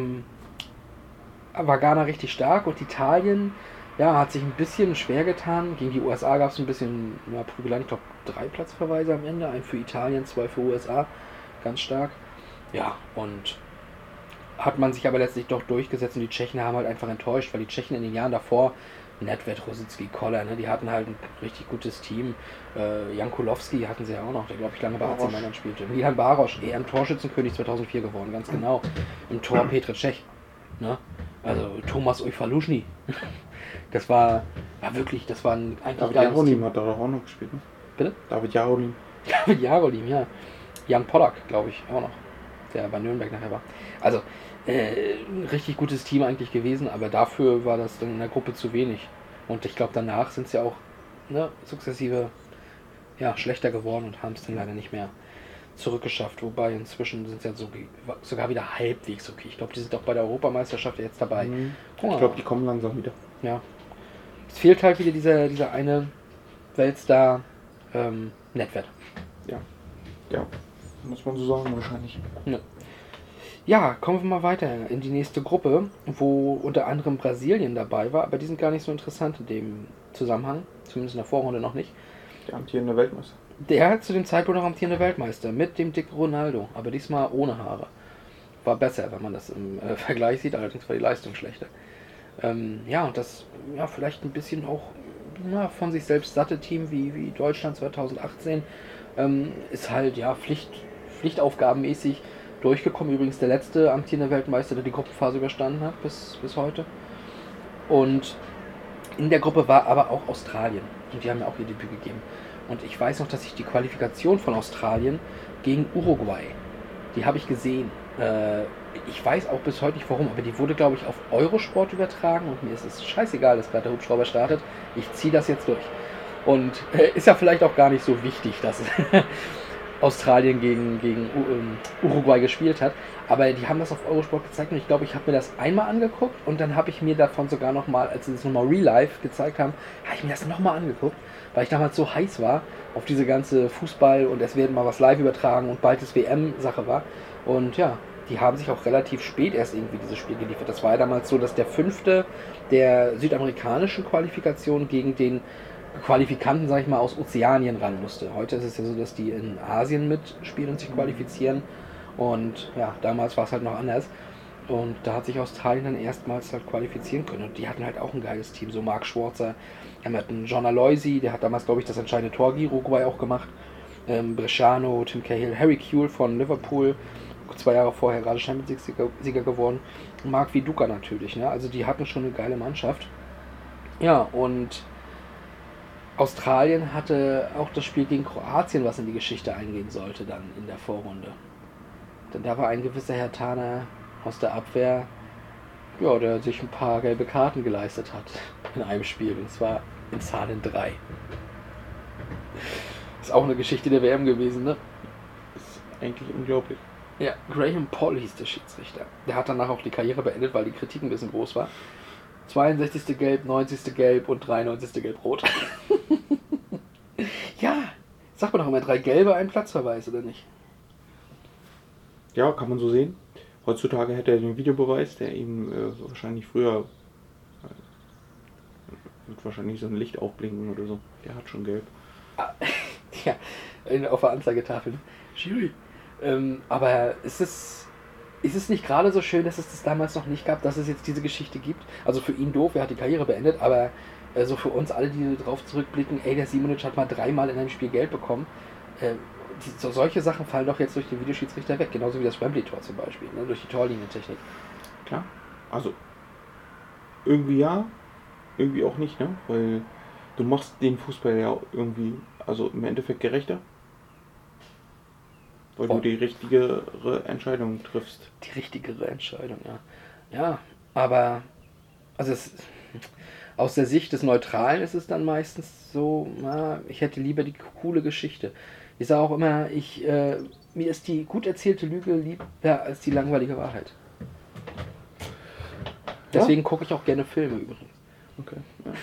war Ghana richtig stark und Italien hat sich ein bisschen schwer getan. Gegen die USA gab es ein bisschen Prügeleien, ich glaube 3 Platzverweise am Ende, ein für Italien, 2 für USA, ganz stark. Ja, und hat man sich aber letztlich doch durchgesetzt und die Tschechen haben halt einfach enttäuscht, weil die Tschechen in den Jahren davor, Nedved, Rosický, Koller, ne, die hatten halt ein richtig gutes Team. Jan Kulowski hatten sie ja auch noch, der glaube ich lange bei AC Mailand spielte. Milan Baroš, EM-Torschützenkönig 2004 geworden, ganz genau. Im Tor Petr Cech. Ne? Also Thomas Ujfalužný. Das war wirklich, das war ein eigentlich David Jarolim hat da doch auch noch gespielt, ne? Bitte? David Jarolim, ja. Jan Pollack, glaube ich, auch noch. Der bei Nürnberg nachher war. Also, ein richtig gutes Team eigentlich gewesen, aber dafür war das dann in der Gruppe zu wenig. Und ich glaube, danach sind sie auch sukzessive schlechter geworden und haben es dann leider nicht mehr zurückgeschafft. Wobei inzwischen sind sie ja sogar wieder halbwegs okay. Ich glaube, die sind auch bei der Europameisterschaft jetzt dabei. Ich glaube, die kommen langsam wieder. Ja. Es fehlt halt wieder dieser eine Weltstar Nedved. Ja, muss man so sagen wahrscheinlich. Ja, kommen wir mal weiter in die nächste Gruppe, wo unter anderem Brasilien dabei war, aber die sind gar nicht so interessant in dem Zusammenhang, zumindest in der Vorrunde noch nicht. Der amtierende Weltmeister. Der hat zu dem Zeitpunkt noch amtierende Weltmeister mit dem dicken Ronaldo, aber diesmal ohne Haare. War besser, wenn man das im Vergleich sieht, allerdings war die Leistung schlechter. Und das vielleicht ein bisschen auch von sich selbst satte Team wie Deutschland 2018 ist halt pflichtaufgabenmäßig durchgekommen. Übrigens der letzte amtierende Weltmeister, der die Gruppenphase überstanden hat bis heute. Und in der Gruppe war aber auch Australien. Und die haben ja auch ihr Debüt gegeben. Und ich weiß noch, dass ich die Qualifikation von Australien gegen Uruguay, die habe ich gesehen. Ich weiß auch bis heute nicht warum, aber die wurde, glaube ich, auf Eurosport übertragen und mir ist es scheißegal, dass gerade der Hubschrauber startet. Ich ziehe das jetzt durch. Und ist ja vielleicht auch gar nicht so wichtig, dass Australien gegen Uruguay gespielt hat. Aber die haben das auf Eurosport gezeigt und ich glaube, ich habe mir das einmal angeguckt und dann habe ich mir davon sogar nochmal, als sie das nochmal Real Life gezeigt haben, habe ich mir das nochmal angeguckt, weil ich damals so heiß war auf diese ganze Fußball und es werden mal was live übertragen und bald das WM-Sache war. Und ja, die haben sich auch relativ spät erst irgendwie dieses Spiel geliefert. Das war ja damals so, dass der 5. der südamerikanischen Qualifikation gegen den Qualifikanten, sag ich mal, aus Ozeanien ran musste. Heute ist es ja so, dass die in Asien mitspielen und sich qualifizieren. Und ja, damals war es halt noch anders. Und da hat sich Australien dann erstmals halt qualifizieren können. Und die hatten halt auch ein geiles Team. So Mark Schwarzer, wir hatten John Aloisi, der hat damals, glaube ich, das entscheidende Tor gegen Uruguay auch gemacht. Bresciano, Tim Cahill, Harry Kewell von Liverpool, 2 Jahre vorher gerade Champions League-Sieger geworden. Und Marc Viduka natürlich, ne? Also die hatten schon eine geile Mannschaft. Ja, und Australien hatte auch das Spiel gegen Kroatien, was in die Geschichte eingehen sollte dann in der Vorrunde. Denn da war ein gewisser Herr Taner aus der Abwehr, ja, der sich ein paar gelbe Karten geleistet hat in einem Spiel, und zwar in Zahlen 3. Ist auch eine Geschichte der WM gewesen, ne? Ist eigentlich unglaublich. Ja, Graham Poll hieß der Schiedsrichter. Der hat danach auch die Karriere beendet, weil die Kritik ein bisschen groß war. 62. Gelb, 90. Gelb und 93. Gelb-Rot. Ja, sagt man doch immer 3 Gelbe, ein Platzverweis, oder nicht? Ja, kann man so sehen. Heutzutage hätte er den Videobeweis, der ihm wahrscheinlich früher wird wahrscheinlich so ein Licht aufblinken oder so. Der hat schon gelb. Ja, auf der Anzeigetafel. Schiri. Aber ist es nicht gerade so schön, dass es das damals noch nicht gab, dass es jetzt diese Geschichte gibt? Also für ihn doof, er hat die Karriere beendet, aber so für uns alle, die drauf zurückblicken, ey, der Simonic hat mal 3-mal in einem Spiel Gelb bekommen. Solche Sachen fallen doch jetzt durch den Videoschiedsrichter weg, genauso wie das Wembley-Tor zum Beispiel, ne, durch die Torlinientechnik. Klar, also irgendwie ja, irgendwie auch nicht, ne? Weil du machst den Fußball ja irgendwie, also im Endeffekt gerechter. Weil du die richtigere Entscheidung triffst. Die richtigere Entscheidung, ja. Ja, aber also aus der Sicht des Neutralen ist es dann meistens so, ich hätte lieber die coole Geschichte. Ich sage auch immer, mir ist die gut erzählte Lüge lieber als die langweilige Wahrheit. Deswegen gucke ich auch gerne Filme übrigens. Okay.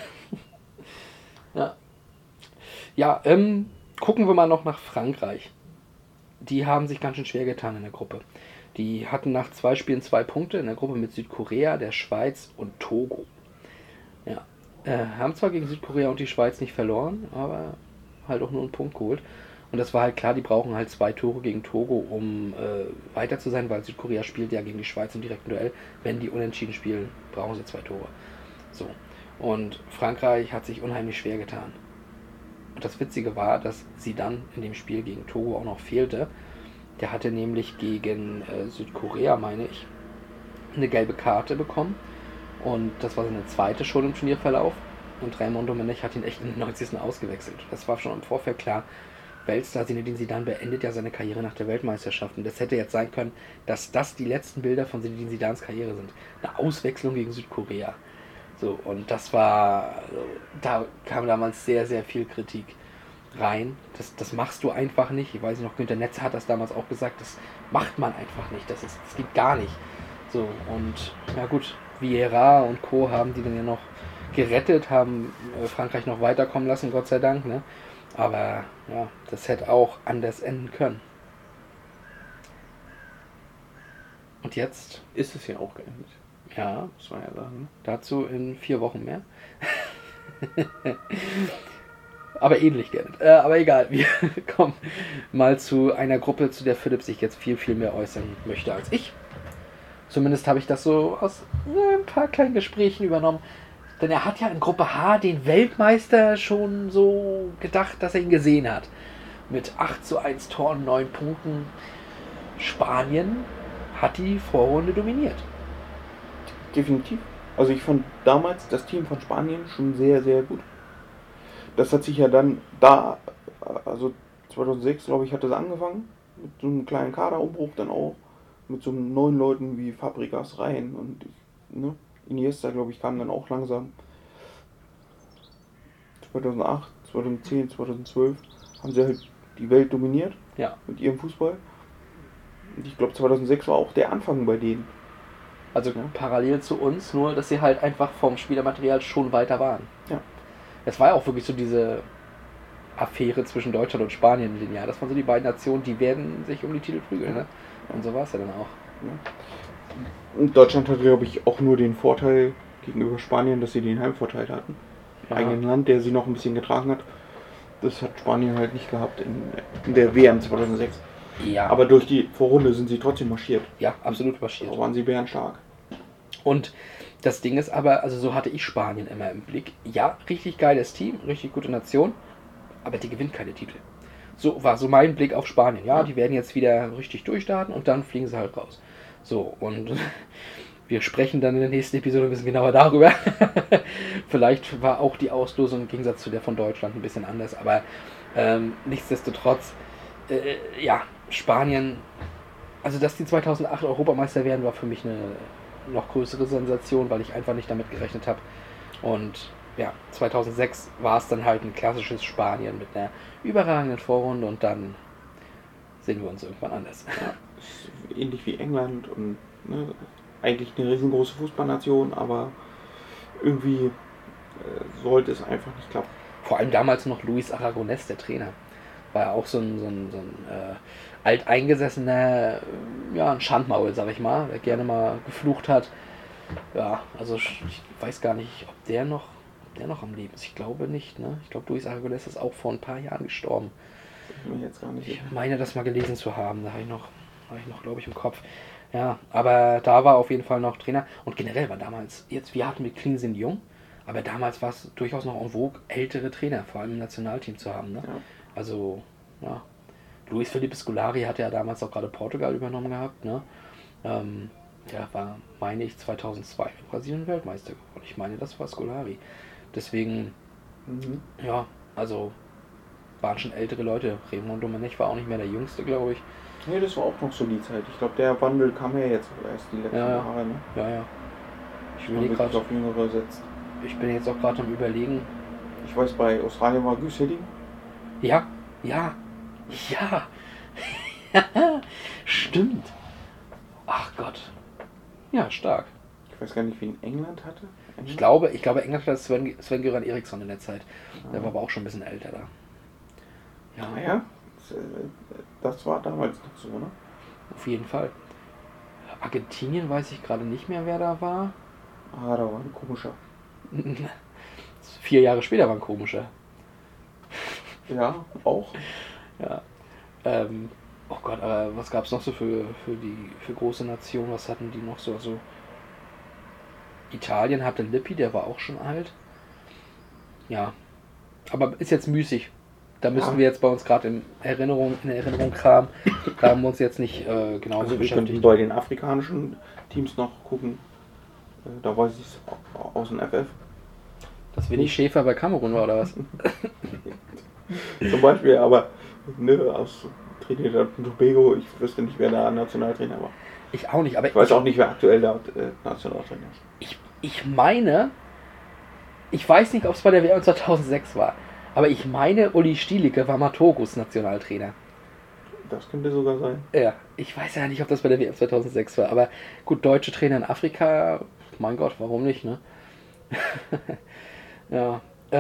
Ja. Ja, gucken wir mal noch nach Frankreich. Die haben sich ganz schön schwer getan in der Gruppe. Die hatten nach 2 Spielen 2 Punkte in der Gruppe mit Südkorea, der Schweiz und Togo. Ja, haben zwar gegen Südkorea und die Schweiz nicht verloren, aber halt auch nur einen Punkt geholt. Und das war halt klar, die brauchen halt 2 Tore gegen Togo, um weiter zu sein, weil Südkorea spielt ja gegen die Schweiz im direkten Duell. Wenn die unentschieden spielen, brauchen sie 2 Tore. So. Und Frankreich hat sich unheimlich schwer getan. Und das Witzige war, dass sie dann in dem Spiel gegen Togo auch noch fehlte. Der hatte nämlich gegen Südkorea, meine ich, eine gelbe Karte bekommen. Und das war seine zweite schon im Turnierverlauf. Und Raymond Domenech hat ihn echt in den 90. ausgewechselt. Das war schon im Vorfeld klar. Weltstar Zinedine Zidane beendet ja seine Karriere nach der Weltmeisterschaft. Und das hätte jetzt sein können, dass das die letzten Bilder von Zinedine Zidanes Karriere sind. Eine Auswechslung gegen Südkorea. So, und das war, da kam damals sehr, sehr viel Kritik rein. Das machst du einfach nicht. Ich weiß noch, Günter Netzer hat das damals auch gesagt, das macht man einfach nicht. Das geht gar nicht. So, und ja gut, Vieira und Co. haben die dann ja noch gerettet, haben Frankreich noch weiterkommen lassen, Gott sei Dank, ne? Aber ja, das hätte auch anders enden können. Und jetzt ist es ja auch geendet. Ja, muss man ja sagen. Dazu in 4 Wochen mehr. Aber ähnlich geendet. Aber egal, wir kommen mal zu einer Gruppe, zu der Philipp sich jetzt viel, viel mehr äußern möchte als ich. Zumindest habe ich das so aus ein paar kleinen Gesprächen übernommen. Denn er hat ja in Gruppe H den Weltmeister schon so gedacht, dass er ihn gesehen hat. Mit 8:1 Toren, 9 Punkten. Spanien hat die Vorrunde dominiert. Definitiv. Also ich fand damals das Team von Spanien schon sehr, sehr gut. Das hat sich ja dann also 2006, glaube ich, hat das angefangen. Mit so einem kleinen Kaderumbruch dann auch. Mit so 9 Leuten wie Fabregas rein. Und ne, Iniesta, glaube ich, kam dann auch langsam. 2008, 2010, 2012 haben sie halt die Welt dominiert Ja. mit ihrem Fußball. Und ich glaube 2006 war auch der Anfang bei denen. Also parallel zu uns, nur dass sie halt einfach vom Spielermaterial schon weiter waren. Ja. Es war ja auch wirklich so diese Affäre zwischen Deutschland und Spanien in den Jahren. Das waren so die beiden Nationen, die werden sich um die Titel prügeln. Ne? Und so war es ja dann auch. Ja. Und Deutschland hatte, glaube ich, auch nur den Vorteil gegenüber Spanien, dass sie den Heimvorteil hatten. Im eigenen Land, der sie noch ein bisschen getragen hat. Das hat Spanien halt nicht gehabt in der WM 2006. Ja. Aber durch die Vorrunde sind sie trotzdem marschiert. Ja, absolut marschiert. Da waren sie bärenstark. Und das Ding ist aber, also so hatte ich Spanien immer im Blick. Ja, richtig geiles Team, richtig gute Nation, aber die gewinnt keine Titel. So war so mein Blick auf Spanien. Ja, die werden jetzt wieder richtig durchstarten und dann fliegen sie halt raus. So, und wir sprechen dann in der nächsten Episode ein bisschen genauer darüber. Vielleicht war auch die Auslosung im Gegensatz zu der von Deutschland ein bisschen anders, aber nichtsdestotrotz, ja, Spanien, also dass die 2008 Europameister werden, war für mich eine noch größere Sensation, weil ich einfach nicht damit gerechnet habe. Und ja, 2006 war es dann halt ein klassisches Spanien mit einer überragenden Vorrunde und dann sehen wir uns irgendwann anders. Ja, ähnlich wie England und eigentlich eine riesengroße Fußballnation, aber irgendwie sollte es einfach nicht klappen. Vor allem damals noch Luis Aragonés, der Trainer. War ja auch so ein alteingesessener, ja, ein Schandmaul, sag ich mal, der gerne mal geflucht hat. Ja, also ich weiß gar nicht, ob der noch am Leben ist. Ich glaube nicht, ne? Ich glaube, Luis Aragonés ist auch vor ein paar Jahren gestorben. Ich meine, das mal gelesen zu haben. Da habe ich noch, glaube ich, im Kopf. Ja, aber da war auf jeden Fall noch Trainer. Und generell war damals, wir hatten mit Clean sind jung, aber damals war es durchaus noch en vogue, ältere Trainer, vor allem im Nationalteam zu haben, ne? Ja. Also, ja. Luis Felipe Scolari hatte ja damals auch gerade Portugal übernommen gehabt, ne? Der war, meine ich, 2002 in Brasilien Weltmeister geworden. Ich meine, das war Scolari. Deswegen, ja, also waren schon ältere Leute. Raymond Domenech war auch nicht mehr der Jüngste, glaube ich. Nee, das war auch noch so die Zeit. Ich glaube, der Wandel kam ja jetzt erst die letzten Jahre, ne? Ja. Ich bin jetzt auch gerade am Überlegen. Ich weiß, bei Australien war Guus Hiddink. Ja. Stimmt. Ach Gott. Ja, stark. Ich weiß gar nicht, wie in England hatte. Ich glaube, England hatte Sven-Göran Eriksson in der Zeit. Der war aber auch schon ein bisschen älter da. Ja. Naja, das war damals noch so, ne? Auf jeden Fall. Argentinien weiß ich gerade nicht mehr, wer da war. Da war ein komischer. 4 Jahre später war ein komischer. Ja, auch. Ja. Oh Gott, aber was gab es noch so für große Nationen? Was hatten die noch so? Also Italien hatte Lippi, der war auch schon alt. Ja. Aber ist jetzt müßig. Da müssen wir jetzt bei uns gerade in Erinnerung kramen. Da haben wir uns jetzt nicht genau also wir könnten bei den afrikanischen Teams noch gucken. Da weiß ich es aus dem FF. Dass Winnie Schäfer bei Kamerun war, oder was? Zum Beispiel, aber aus Trinidad und Tobago, ich wüsste nicht, wer da Nationaltrainer war. Ich auch nicht, aber ich weiß auch nicht, wer aktuell da Nationaltrainer ist. Ich meine, ich weiß nicht, ob es bei der WM 2006 war, aber ich meine, Uli Stielicke war mal Togos Nationaltrainer. Das könnte sogar sein. Ja, ich weiß ja nicht, ob das bei der WM 2006 war, aber gut, deutsche Trainer in Afrika, mein Gott, warum nicht, ne? Ja,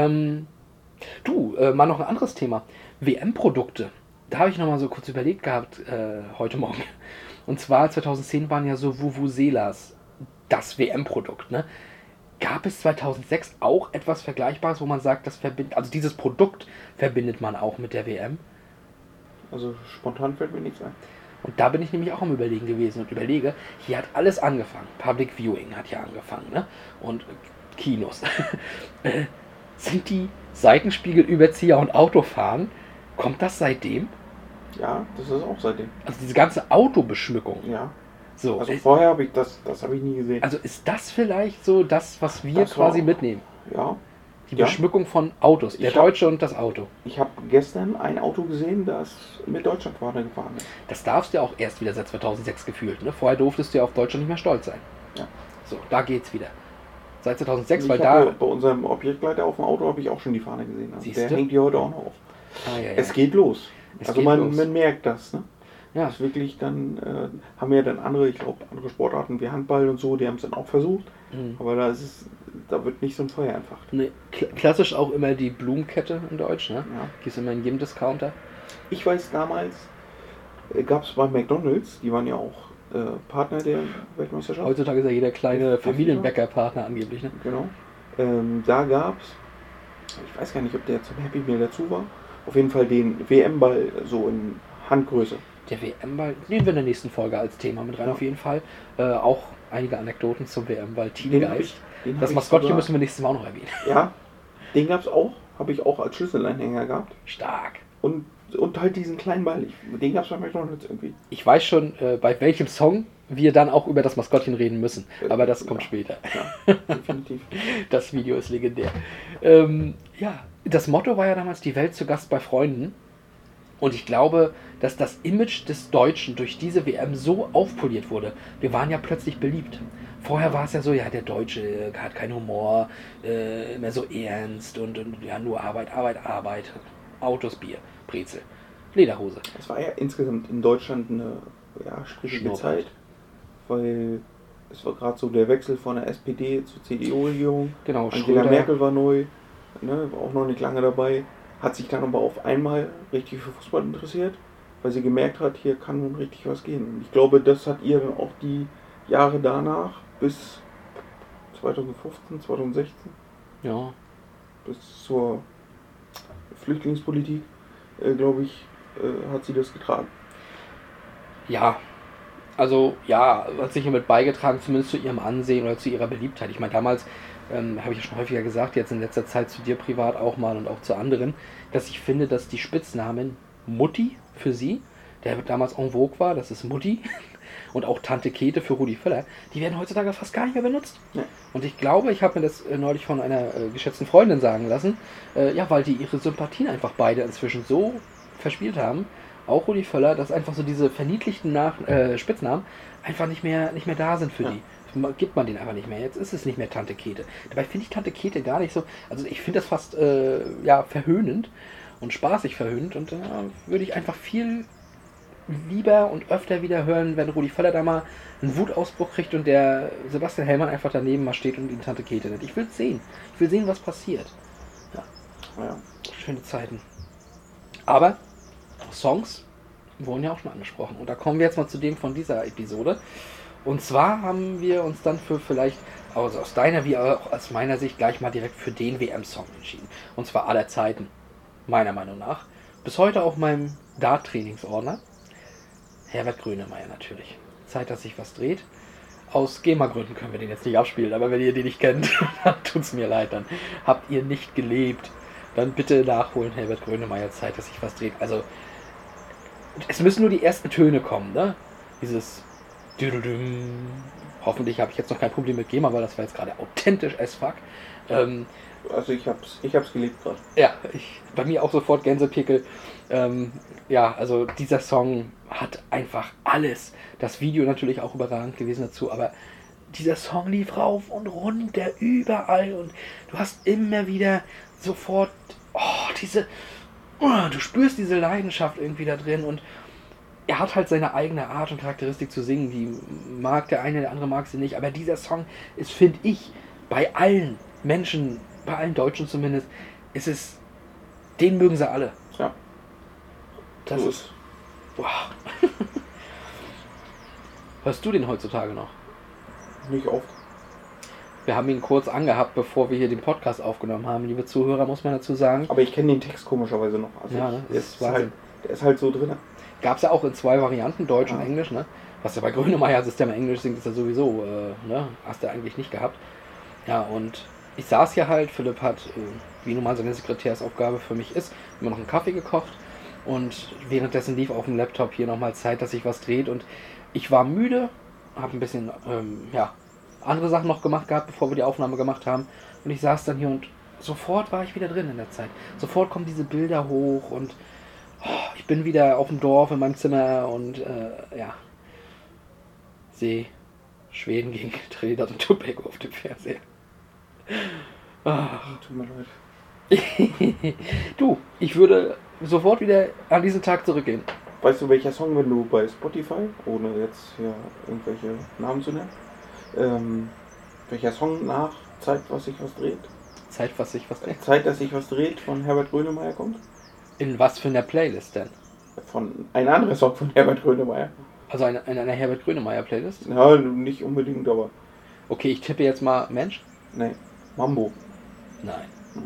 mal noch ein anderes Thema. WM-Produkte. Da habe ich noch mal so kurz überlegt gehabt, heute Morgen. Und zwar 2010 waren ja so Vuvuzelas das WM-Produkt, ne? Gab es 2006 auch etwas Vergleichbares, wo man sagt, also dieses Produkt verbindet man auch mit der WM? Also spontan fällt mir nichts ein. Und da bin ich nämlich auch am Überlegen gewesen und überlege, hier hat alles angefangen. Public Viewing hat ja angefangen, ne? Und Kinos. Sind die Seitenspiegelüberzieher und Autofahren, kommt das seitdem? Ja, das ist auch seitdem. Also diese ganze Autobeschmückung. Ja. So, also vorher habe ich das habe ich nie gesehen. Also ist das vielleicht so das, was wir quasi mitnehmen? Ja. Die Beschmückung von Autos, der Deutsche und das Auto. Ich habe gestern ein Auto gesehen, das mit Deutschlandfahne gefahren ist. Das darfst du ja auch erst wieder seit 2006 gefühlt. Ne? Vorher durftest du ja auf Deutschland nicht mehr stolz sein. Ja. So, da geht's wieder. Seit 2006, weil da... Bei unserem Objektleiter auf dem Auto habe ich auch schon die Fahne gesehen. Also der hängt die heute auch noch auf. Ja. Es geht los. Also man merkt das, ne? Ja. Das ist wirklich dann, haben ja dann andere Sportarten wie Handball und so, die haben es dann auch versucht. Aber da wird nicht so ein Feuer entfacht. Nee, klassisch auch immer die Blumenkette in Deutsch, ne? Ja. Die ist immer in jedem Discounter. Ich weiß, damals gab es bei McDonald's, die waren ja auch Partner der Weltmeisterschaft. Heutzutage ist ja jeder kleine Familienbäcker-Partner angeblich, ne? Genau. Da gab es, ich weiß gar nicht, ob der zum Happy Meal dazu war, auf jeden Fall den WM-Ball so in Handgröße. Der WM-Ball nehmen wir in der nächsten Folge als Thema mit rein, auf jeden Fall. Auch einige Anekdoten zum WM-Ball. Teamgeist. Das Maskottchen müssen wir nächstes Mal auch noch erwähnen. Ja, den gab es auch. Habe ich auch als Schlüsselanhänger gehabt. Stark. Und halt diesen kleinen Ball. Den gab es bei McDonald's irgendwie. Ich weiß schon, bei welchem Song wir dann auch über das Maskottchen reden müssen. Aber das kommt später. Ja, definitiv. Das Video ist legendär. Das Motto war ja damals die Welt zu Gast bei Freunden. Und ich glaube, dass das Image des Deutschen durch diese WM so aufpoliert wurde. Wir waren ja plötzlich beliebt. Vorher war es ja so, ja, der Deutsche hat keinen Humor, immer so ernst und ja, nur Arbeit. Autos, Bier, Brezel, Lederhose. Es war ja insgesamt in Deutschland eine schwierige Zeit, weil es war gerade so der Wechsel von der SPD zur CDU-Regierung. Genau, Angela Merkel war neu, ne, war auch noch nicht lange dabei, hat sich dann aber auf einmal richtig für Fußball interessiert, weil sie gemerkt hat, hier kann nun richtig was gehen. Und ich glaube, das hat ihr dann auch die Jahre danach bis 2015, 2016, ja, bis zur Flüchtlingspolitik, glaube ich, hat sie das getragen. Ja, also ja, hat sich hiermit beigetragen, zumindest zu ihrem Ansehen oder zu ihrer Beliebtheit. Ich meine, damals, habe ich ja schon häufiger gesagt, jetzt in letzter Zeit zu dir privat auch mal und auch zu anderen, dass ich finde, dass die Spitznamen Mutti für sie, der damals en vogue war, das ist Mutti, und auch Tante Käthe für Rudi Völler, die werden heutzutage fast gar nicht mehr benutzt. Ja. Und ich glaube, ich habe mir das neulich von einer geschätzten Freundin sagen lassen, weil die ihre Sympathien einfach beide inzwischen so verspielt haben, auch Rudi Völler, dass einfach so diese verniedlichten Spitznamen einfach nicht mehr da sind für die. Gibt man den einfach nicht mehr. Jetzt ist es nicht mehr Tante Käthe. Dabei finde ich Tante Käthe gar nicht so, also ich finde das fast verhöhnend und spaßig verhöhnend und würde ich einfach viel lieber und öfter wieder hören, wenn Rudi Völler da mal einen Wutausbruch kriegt und der Sebastian Hellmann einfach daneben mal steht und ihn Tante Käthe nennt. Ich will es sehen. Ich will sehen, was passiert. Ja. Schöne Zeiten. Aber Songs wurden ja auch schon angesprochen. Und da kommen wir jetzt mal zu dem von dieser Episode. Und zwar haben wir uns dann für vielleicht, also aus deiner wie auch aus meiner Sicht, gleich mal direkt für den WM-Song entschieden. Und zwar aller Zeiten, meiner Meinung nach. Bis heute auch meinem Dart-Trainingsordner. Herbert Grönemeyer natürlich. Zeit, dass sich was dreht. Aus GEMA-Gründen können wir den jetzt nicht abspielen, aber wenn ihr den nicht kennt, dann tut's mir leid, dann habt ihr nicht gelebt. Dann bitte nachholen, Herbert Grönemeyer, Zeit, dass sich was dreht. Also, es müssen nur die ersten Töne kommen, ne? Dieses Düdüdüm. Hoffentlich habe ich jetzt noch kein Problem mit GEMA, weil das war jetzt gerade authentisch as fuck. Also ich hab's geliebt gerade. Ja, bei mir auch sofort Gänsepickel. Also dieser Song hat einfach alles. Das Video natürlich auch überragend gewesen dazu, aber dieser Song lief rauf und runter überall und du hast immer wieder sofort du spürst diese Leidenschaft irgendwie da drin und er hat halt seine eigene Art und Charakteristik zu singen, die mag der eine, der andere mag sie nicht, aber dieser Song ist, finde ich, bei allen Menschen, bei allen Deutschen zumindest, den mögen sie alle. Ja. Das so ist. Wow. Hörst du den heutzutage noch? Nicht oft. Wir haben ihn kurz angehabt, bevor wir hier den Podcast aufgenommen haben. Liebe Zuhörer, muss man dazu sagen. Aber ich kenne den Text komischerweise noch. Also ja, ne? Der ist halt so drin. Gab es ja auch in 2 Varianten, Deutsch und Englisch. Ne? Was ja bei Grönemeyer, als der mal Englisch singt, ist ja sowieso, hast du eigentlich nicht gehabt. Ja, und ich saß hier halt, Philipp hat, wie nun mal seine Sekretärsaufgabe für mich ist, immer noch einen Kaffee gekocht. Und währenddessen lief auf dem Laptop hier nochmal Zeit, dass sich was dreht. Und ich war müde, habe ein bisschen andere Sachen noch gemacht gehabt, bevor wir die Aufnahme gemacht haben. Und ich saß dann hier und sofort war ich wieder drin in der Zeit. Sofort kommen diese Bilder hoch und ich bin wieder auf dem Dorf in meinem Zimmer und sehe Schweden gegen Trinidad und Tobago auf dem Fernseher. Tut mir leid. Du, ich würde sofort wieder an diesen Tag zurückgehen. Weißt du, welcher Song, wenn du bei Spotify, ohne jetzt hier irgendwelche Namen zu nennen, welcher Song nach Zeit, was sich was dreht? Zeit, dass sich was dreht von Herbert Grönemeyer kommt? In was für einer Playlist denn? Von ein anderer Song von Herbert Grönemeyer. Also in einer Herbert Grönemeyer Playlist? Ja, nicht unbedingt, aber... Okay, ich tippe jetzt mal Mensch. Nee, Mambo. Nein.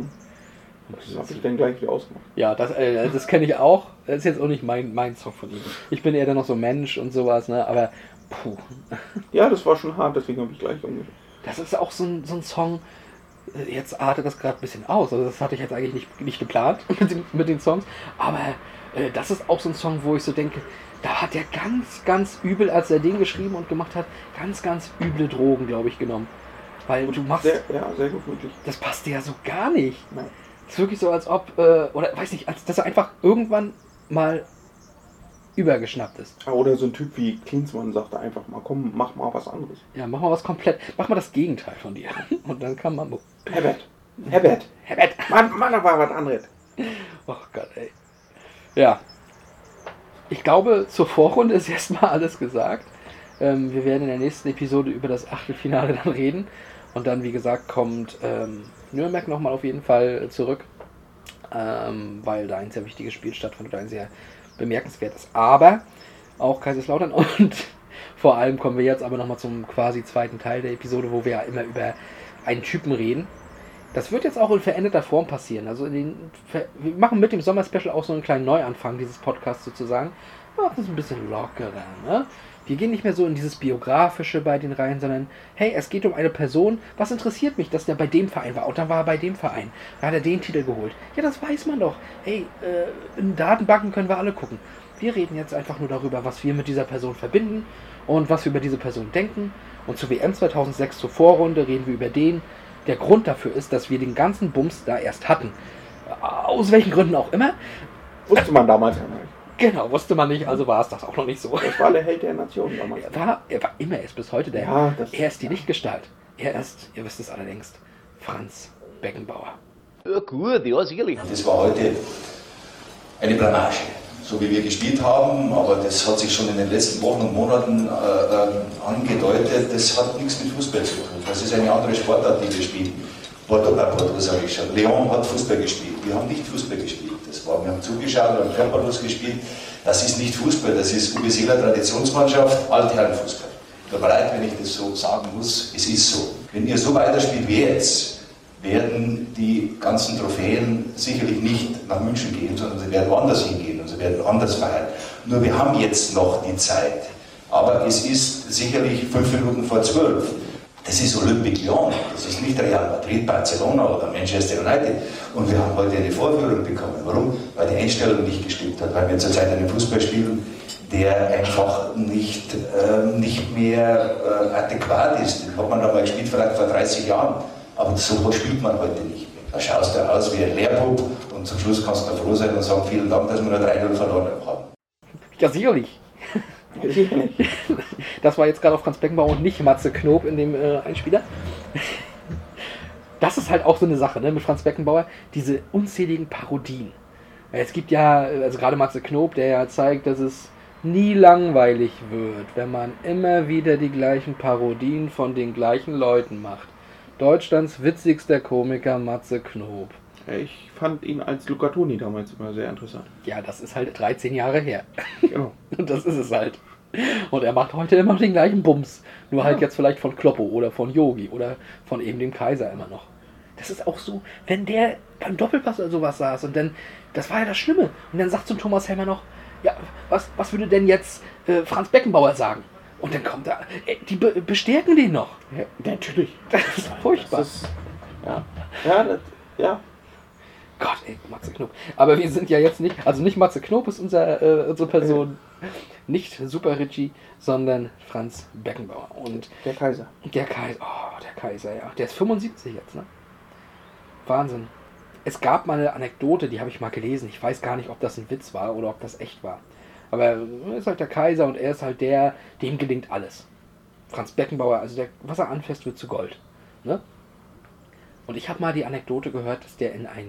Das habe ich dann gleich wieder ausgemacht. Ja, das kenne ich auch. Das ist jetzt auch nicht mein Song von ihm. Ich bin eher dann noch so Mensch und sowas, ne? Aber puh. Ja, das war schon hart, deswegen habe ich gleich umgekehrt. Das ist auch so ein Song. Jetzt artet das gerade ein bisschen aus. Also das hatte ich jetzt eigentlich nicht geplant mit den Songs. Aber das ist auch so ein Song, wo ich so denke, da hat er ganz, ganz übel, als er den geschrieben und gemacht hat, ganz, ganz üble Drogen, glaube ich, genommen. Weil du machst... sehr gut möglich. Das passt dir ja so gar nicht. Nein. Es ist wirklich so, als ob, oder weiß nicht, dass er einfach irgendwann mal übergeschnappt ist. Oder so ein Typ wie Klinsmann sagte einfach mal, komm, mach mal was anderes. Ja, mach mal das Gegenteil von dir. Und dann kam Mambo. Herbert. Mann, aber was anderes. Oh Gott, ey. Ja. Ich glaube, zur Vorrunde ist erstmal alles gesagt. Wir werden in der nächsten Episode über das Achtelfinale dann reden. Und dann, wie gesagt, kommt Nürnberg nochmal auf jeden Fall zurück, weil da ein sehr wichtiges Spiel stattfindet, ein sehr bemerkenswertes. Aber auch Kaiserslautern und vor allem kommen wir jetzt aber nochmal zum quasi zweiten Teil der Episode, wo wir ja immer über einen Typen reden. Das wird jetzt auch in veränderter Form passieren. Also wir machen mit dem Sommer-Special auch so einen kleinen Neuanfang dieses Podcasts sozusagen. Machen es ein bisschen lockerer, ne? Wir gehen nicht mehr so in dieses Biografische bei den Reihen, sondern hey, es geht um eine Person. Was interessiert mich, dass der bei dem Verein war? Und dann war er bei dem Verein. Da hat er den Titel geholt. Ja, das weiß man doch. Hey, in Datenbanken können wir alle gucken. Wir reden jetzt einfach nur darüber, was wir mit dieser Person verbinden und was wir über diese Person denken. Und zur WM 2006 zur Vorrunde reden wir über den. Der Grund dafür ist, dass wir den ganzen Bums da erst hatten. Aus welchen Gründen auch immer. Wusste man damals ja nicht. Genau, wusste man nicht, also war es das auch noch nicht so. Das war der Held der Nation damals. Er war immer, er ist bis heute der. Ja, er ist die Lichtgestalt. Er ist, ihr wisst es allerlängst, Franz Beckenbauer. Ja gut, ja sicherlich. Das war heute eine Blamage, so wie wir gespielt haben, aber das hat sich schon in den letzten Wochen und Monaten angedeutet, das hat nichts mit Fußball zu tun. Das ist eine andere Sportart, die wir spielen. Porto, sage ich schon. Leon hat Fußball gespielt, wir haben nicht Fußball gespielt. Wir haben zugeschaut, wir haben körperlos gespielt. Das ist nicht Fußball, das ist Uwe Seeler Traditionsmannschaft, Altherrenfußball. Tut mir leid, wenn ich das so sagen muss, es ist so. Wenn ihr so weiterspielt wie jetzt, werden die ganzen Trophäen sicherlich nicht nach München gehen, sondern sie werden woanders hingehen und sie werden anders feiern. Nur wir haben jetzt noch die Zeit. Aber es ist sicherlich 5 Minuten vor 12. Das ist Olympique Lyon, das ist nicht Real Madrid, Barcelona oder Manchester United. Und wir haben heute eine Vorführung bekommen. Warum? Weil die Einstellung nicht gestimmt hat, weil wir zurzeit einen Fußball spielen, der einfach nicht mehr adäquat ist. Den hat man da mal gespielt, vielleicht vor 30 Jahren. Aber so spielt man heute nicht mehr. Da schaust du aus wie ein Lehrbub und zum Schluss kannst du froh sein und sagen, vielen Dank, dass wir nur 3-0 verloren haben. Ja, sicherlich. Das war jetzt gerade auf Franz Beckenbauer und nicht Matze Knob in dem Einspieler. Das ist halt auch so eine Sache, ne, mit Franz Beckenbauer, diese unzähligen Parodien. Es gibt ja, also gerade Matze Knob, der ja zeigt, dass es nie langweilig wird, wenn man immer wieder die gleichen Parodien von den gleichen Leuten macht. Deutschlands witzigster Komiker Matze Knob. Ich fand ihn als Luca Toni damals immer sehr interessant. Ja, das ist halt 13 Jahre her. Genau. Und das ist es halt. Und er macht heute immer noch den gleichen Bums. Nur halt jetzt vielleicht von Kloppo oder von Yogi oder von eben dem Kaiser immer noch. Das ist auch so, wenn der beim Doppelpass oder sowas saß und dann, das war ja das Schlimme. Und dann sagt so ein Thomas Helmer noch, ja, was würde denn jetzt Franz Beckenbauer sagen? Und dann kommt da, die bestärken den noch. Ja, natürlich. Das ist furchtbar. Das ist, ja. Gott, ey, Matze Knob. Aber wir sind ja jetzt nicht, also nicht Matze Knob ist unsere Person, nicht Super Richie, sondern Franz Beckenbauer. Und der Kaiser. Der Kaiser, ja. Der ist 75 jetzt, ne? Wahnsinn. Es gab mal eine Anekdote, die habe ich mal gelesen. Ich weiß gar nicht, ob das ein Witz war oder ob das echt war. Aber er ist halt der Kaiser und er ist halt der, dem gelingt alles. Franz Beckenbauer, also was er anfasst, wird zu Gold. Ne? Und ich habe mal die Anekdote gehört, dass der in ein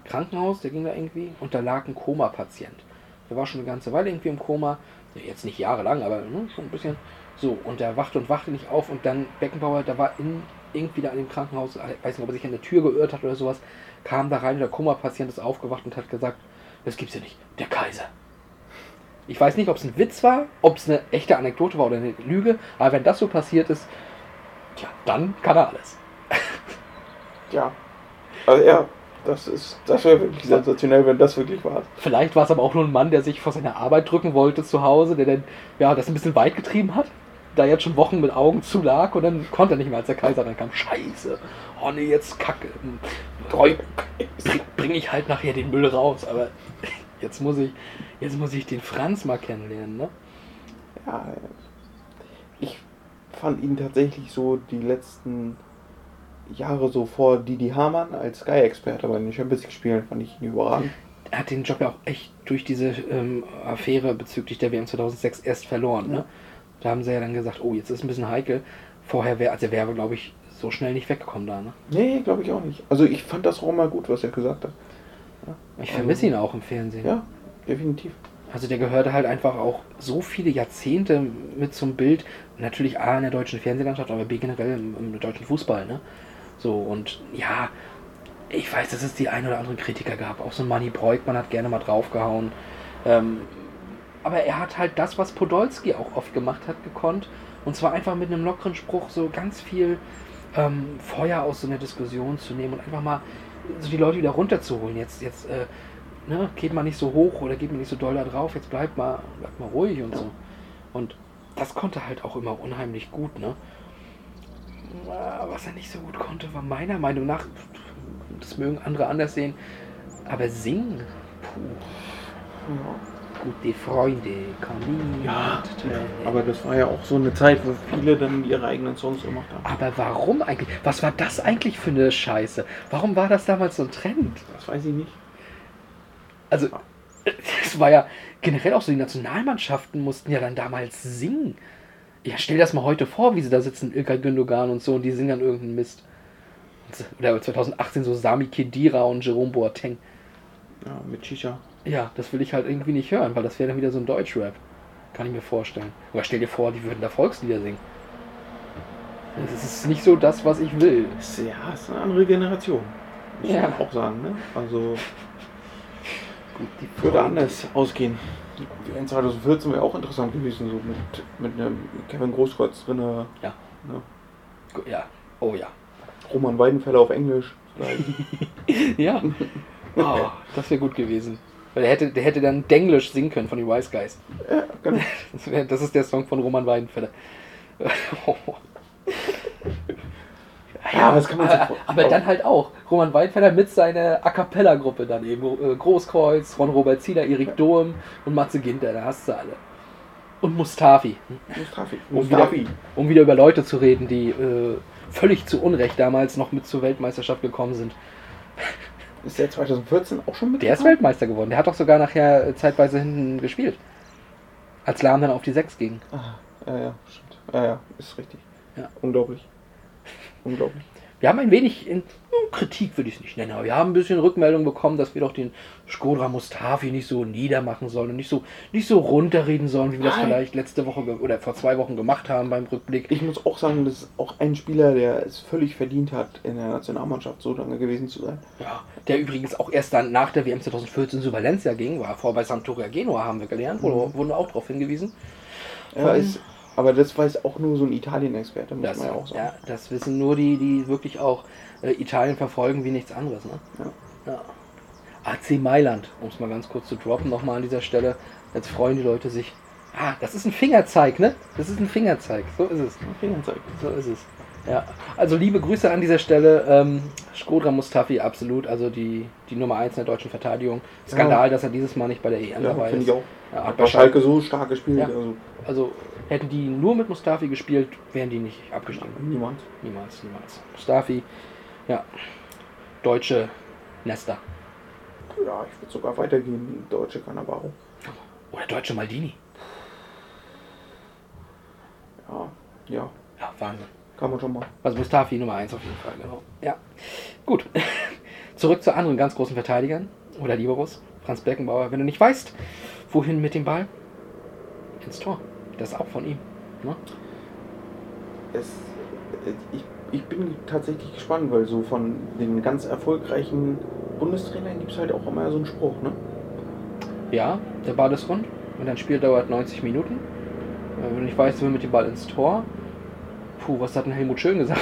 Krankenhaus, der ging da irgendwie und da lag ein Koma-Patient. Der war schon eine ganze Weile irgendwie im Koma, jetzt nicht jahrelang, aber schon ein bisschen. So, und der wachte nicht auf und dann Beckenbauer, da war irgendwie da in dem Krankenhaus, ich weiß nicht, ob er sich an der Tür geirrt hat oder sowas, kam da rein und der Koma-Patient ist aufgewacht und hat gesagt, das gibt's ja nicht, der Kaiser. Ich weiß nicht, ob es ein Witz war, ob es eine echte Anekdote war oder eine Lüge, aber wenn das so passiert ist, tja, dann kann er alles. Ja, also ja, das wäre wirklich sensationell, wenn das wirklich war. Vielleicht war es aber auch nur ein Mann, der sich vor seiner Arbeit drücken wollte zu Hause, der dann das ein bisschen weit getrieben hat, da jetzt schon Wochen mit Augen zu lag und dann konnte er nicht mehr, als der Kaiser dann kam. Scheiße, oh nee, jetzt Kacke. Bring ich halt nachher den Müll raus, aber jetzt muss ich den Franz mal kennenlernen, ne? Ja, ich fand ihn tatsächlich so die letzten Jahre so vor Didi Hamann als Sky-Experte bei den Champions League-Spielen, fand ich ihn überragend. Er hat den Job ja auch echt durch diese Affäre bezüglich der WM 2006 erst verloren, ne? Da haben sie ja dann gesagt, oh, jetzt ist es ein bisschen heikel. Vorher wäre glaube ich, so schnell nicht weggekommen da, ne? Nee, glaube ich auch nicht. Also ich fand das auch mal gut, was er gesagt hat. Ja, ich vermisse ihn auch im Fernsehen. Ja, definitiv. Also der gehörte halt einfach auch so viele Jahrzehnte mit zum Bild, natürlich A in der deutschen Fernsehlandschaft, aber B generell im deutschen Fußball, ne? So, und ja, ich weiß, dass es die ein oder anderen Kritiker gab. Auch so ein Manni Breukmann hat gerne mal draufgehauen. Aber er hat halt das, was Podolski auch oft gemacht hat, gekonnt. Und zwar einfach mit einem lockeren Spruch so ganz viel Feuer aus so einer Diskussion zu nehmen und einfach mal so die Leute wieder runterzuholen. Jetzt geht mal nicht so hoch oder geht mal nicht so doll da drauf, jetzt bleibt mal ruhig und so. Und das konnte halt auch immer unheimlich gut, ne? Was er nicht so gut konnte, war meiner Meinung nach, das mögen andere anders sehen, aber singen, puh. Ja. Gute Freunde, Kamin. Ja, aber das war ja auch so eine Zeit, wo viele dann ihre eigenen Songs gemacht haben. Aber warum eigentlich? Was war das eigentlich für eine Scheiße? Warum war das damals so ein Trend? Das weiß ich nicht. Also, es war ja generell auch so, die Nationalmannschaften mussten ja dann damals singen. Ja, stell dir das mal heute vor, wie sie da sitzen, Ilkay Gündogan und so, und die singen dann irgendeinen Mist. Oder 2018 so Sami Khedira und Jerome Boateng. Ja, mit Shisha. Ja, das will ich halt irgendwie nicht hören, weil das wäre dann wieder so ein Deutschrap. Kann ich mir vorstellen. Oder stell dir vor, die würden da Volkslieder singen. Das ist nicht so das, was ich will. Ja, es ist eine andere Generation. Muss man auch sagen, ne? Also, die würde anders ausgehen. In 2014 wäre auch interessant gewesen, so mit einem Kevin Großkreuz drin. Ja. Ne? Ja, oh ja. Roman Weidenfeller auf Englisch. Ja. Oh, das wäre gut gewesen. Weil der hätte dann Denglisch singen können von den Wise Guys. Ja, genau. Das ist der Song von Roman Weidenfeller. Ja, das kann man sich aber dann halt auch Roman Weidenfeller mit seiner A Cappella-Gruppe dann eben. Großkreuz, Ron-Robert Zieler, Erik Durm und Matze Ginter, da hast du alle. Und Mustafi. Um wieder über Leute zu reden, die völlig zu Unrecht damals noch mit zur Weltmeisterschaft gekommen sind. Ist der 2014 auch schon mit? Der ist Weltmeister geworden. Der hat doch sogar nachher zeitweise hinten gespielt. Als Lahm dann auf die 6 ging. Ja, stimmt. Ja, ist richtig. Ja. Unglaublich. Wir haben ein wenig, Kritik würde ich es nicht nennen, aber wir haben ein bisschen Rückmeldung bekommen, dass wir doch den Shkodran Mustafi nicht so niedermachen sollen und nicht so runterreden sollen, wie wir das vielleicht letzte Woche oder vor 2 Wochen gemacht haben beim Rückblick. Ich muss auch sagen, das ist auch ein Spieler, der es völlig verdient hat, in der Nationalmannschaft so lange gewesen zu sein. Ja, der übrigens auch erst dann nach der WM 2014 zu Valencia ging, war vor bei Sampdoria Genua, haben wir gelernt, wurden wir auch darauf hingewiesen. Aber das weiß auch nur so ein Italien-Experte, muss man ja auch sagen. Ja, das wissen nur die wirklich auch Italien verfolgen wie nichts anderes. Ne? Ja. AC Mailand, um es mal ganz kurz zu droppen, nochmal an dieser Stelle. Jetzt freuen die Leute sich. Das ist ein Fingerzeig, ne? Das ist ein Fingerzeig, so ist es. Ein Fingerzeig. So ist es. Ja. Also liebe Grüße an dieser Stelle. Shkodran Mustafi, absolut. Also die Nummer 1 in der deutschen Verteidigung. Skandal, dass er dieses Mal nicht bei der EM dabei ist. Finde ich auch. Ja, hat bei Schalke so stark gespielt. Ja. Also hätten die nur mit Mustafi gespielt, wären die nicht abgestiegen. Niemals. Mustafi, ja, deutsche Nesta. Ja, ich würde sogar weitergehen, deutsche Cannavaro. Oder deutsche Maldini. Ja, Wahnsinn. Kann man schon mal. Also Mustafi Nummer 1 auf jeden Fall, genau. Ja, gut. zurück zu anderen ganz großen Verteidigern oder Liberos. Franz Beckenbauer, wenn du nicht weißt, wohin mit dem Ball, ins Tor. Das ist auch von ihm. Ne? Ich bin tatsächlich gespannt, weil so von den ganz erfolgreichen Bundestrainern gibt es halt auch immer so einen Spruch, ne? Ja, der Ball ist rund und dein Spiel dauert 90 Minuten. Wenn du nicht weißt, wohin mit dem Ball ins Tor. Was hat denn Helmut Schön gesagt?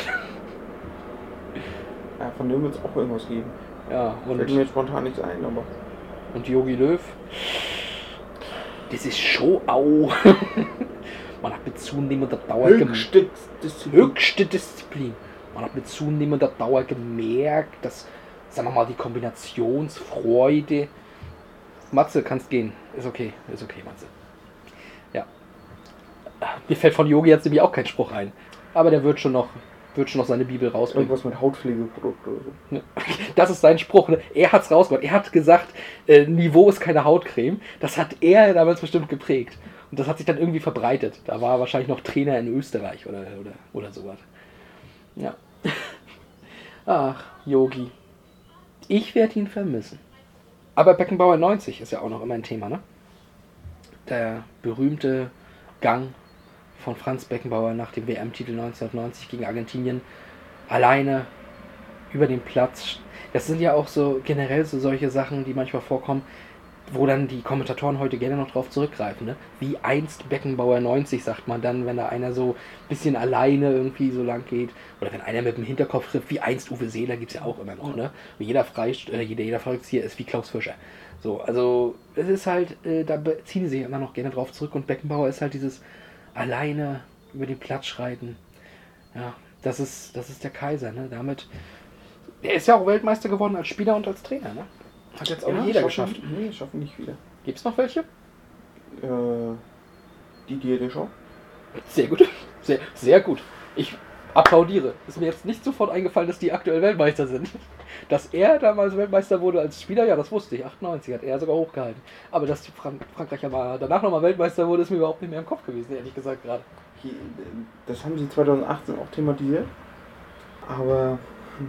Ja, von dem wird es auch irgendwas geben. Ja, und fällt mir jetzt spontan nichts ein, aber... Und Jogi Löw? Das ist Show-Au. Man hat mit zunehmender Dauer höchste Disziplin. Man hat mit zunehmender Dauer gemerkt, dass, sagen wir mal, die Kombinationsfreude... Matze, kannst gehen. Ist okay, Matze. Ja. Mir fällt von Jogi jetzt nämlich auch kein Spruch ein. Aber der wird schon noch seine Bibel rausbringen. Irgendwas mit Hautpflegeprodukte oder so. Das ist sein Spruch. Ne? Er hat's rausgebracht. Er hat gesagt, Niveau ist keine Hautcreme. Das hat er damals bestimmt geprägt. Und das hat sich dann irgendwie verbreitet. Da war er wahrscheinlich noch Trainer in Österreich oder sowas. Ja. Ach, Yogi. Ich werde ihn vermissen. Aber Beckenbauer 90 ist ja auch noch immer ein Thema, ne? Der berühmte Gang von Franz Beckenbauer nach dem WM-Titel 1990 gegen Argentinien. Alleine über den Platz. Das sind ja auch so generell so solche Sachen, die manchmal vorkommen, wo dann die Kommentatoren heute gerne noch drauf zurückgreifen. Ne? Wie einst Beckenbauer 90, sagt man dann, wenn da einer so ein bisschen alleine irgendwie so lang geht. Oder wenn einer mit dem Hinterkopf trifft, wie einst Uwe Seeler, gibt es ja auch immer noch. Ne? Jeder Volkszieher ist wie Klaus Fischer. So, also es ist halt, da beziehen sie sich immer noch gerne drauf zurück. Und Beckenbauer ist halt dieses alleine über den Platz schreiten. Ja, das ist der Kaiser. Ne? Damit, der ist ja auch Weltmeister geworden als Spieler und als Trainer. Ne? Hat jetzt auch nicht jeder geschafft. Nee, schaffen nicht wieder. Gibt es noch welche? Didier Deschamps. Sehr gut. Sehr, sehr gut. Ich applaudiere. Ist mir jetzt nicht sofort eingefallen, dass die aktuell Weltmeister sind. Dass er damals Weltmeister wurde als Spieler, ja, das wusste ich. 98 hat er sogar hochgehalten. Aber dass die Frankreich aber danach nochmal Weltmeister wurde, ist mir überhaupt nicht mehr im Kopf gewesen, ehrlich gesagt gerade. Das haben sie 2018 auch thematisiert. Aber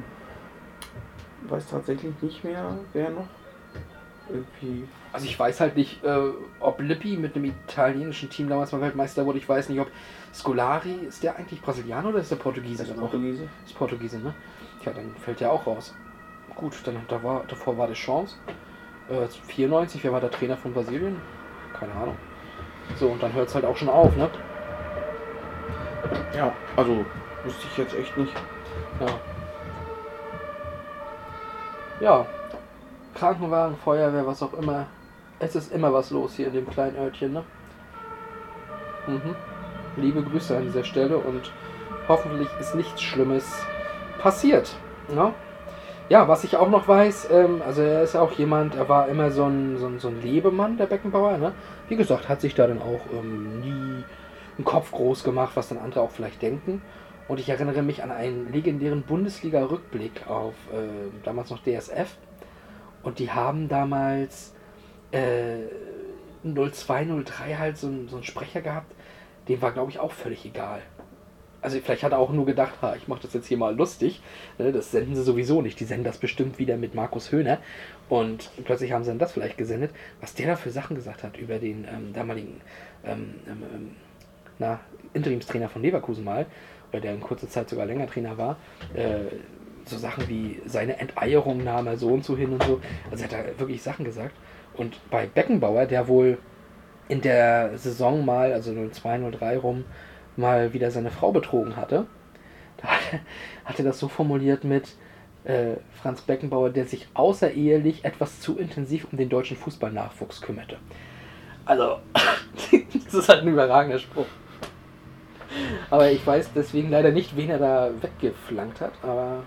weiß tatsächlich nicht mehr, wer noch irgendwie... Also ich weiß halt nicht, ob Lippi mit einem italienischen Team damals mal Weltmeister wurde. Ich weiß nicht, ob Scolari, ist der eigentlich Brasilianer oder ist der Portugiese? Ist Portugiese. Ist Portugiese, ne? Tja, dann fällt der auch raus. Gut, dann davor war die Chance. 94, wer war der Trainer von Brasilien? Keine Ahnung. So, und dann hört es halt auch schon auf, ne? Ja, also wusste ich jetzt echt nicht. Ja, Krankenwagen, Feuerwehr, was auch immer. Es ist immer was los hier in dem kleinen Örtchen, ne? Liebe Grüße an dieser Stelle und hoffentlich ist nichts Schlimmes passiert. Ne? Ja, was ich auch noch weiß, also er ist auch jemand, er war immer so ein Lebemann, der Beckenbauer, ne? Wie gesagt, hat sich da dann auch nie einen Kopf groß gemacht, was dann andere auch vielleicht denken. Und ich erinnere mich an einen legendären Bundesliga-Rückblick auf damals noch DSF. Und die haben damals 0203 halt so einen Sprecher gehabt, dem war, glaube ich, auch völlig egal. Also vielleicht hat er auch nur gedacht, ich mache das jetzt hier mal lustig. Ne, das senden sie sowieso nicht. Die senden das bestimmt wieder mit Markus Höhner. Und plötzlich haben sie dann das vielleicht gesendet. Was der da für Sachen gesagt hat über den damaligen Interimstrainer von Leverkusen mal, oder der in kurzer Zeit sogar länger Trainer war, so Sachen wie seine Enteierung nahm er so und so hin und so. Also hat er wirklich Sachen gesagt. Und bei Beckenbauer, der wohl in der Saison mal, also 02, 03 rum, mal wieder seine Frau betrogen hatte, da hat er das so formuliert mit Franz Beckenbauer, der sich außerehelich etwas zu intensiv um den deutschen Fußballnachwuchs kümmerte. Also, das ist halt ein überragender Spruch. Aber ich weiß deswegen leider nicht, wen er da weggeflankt hat, aber...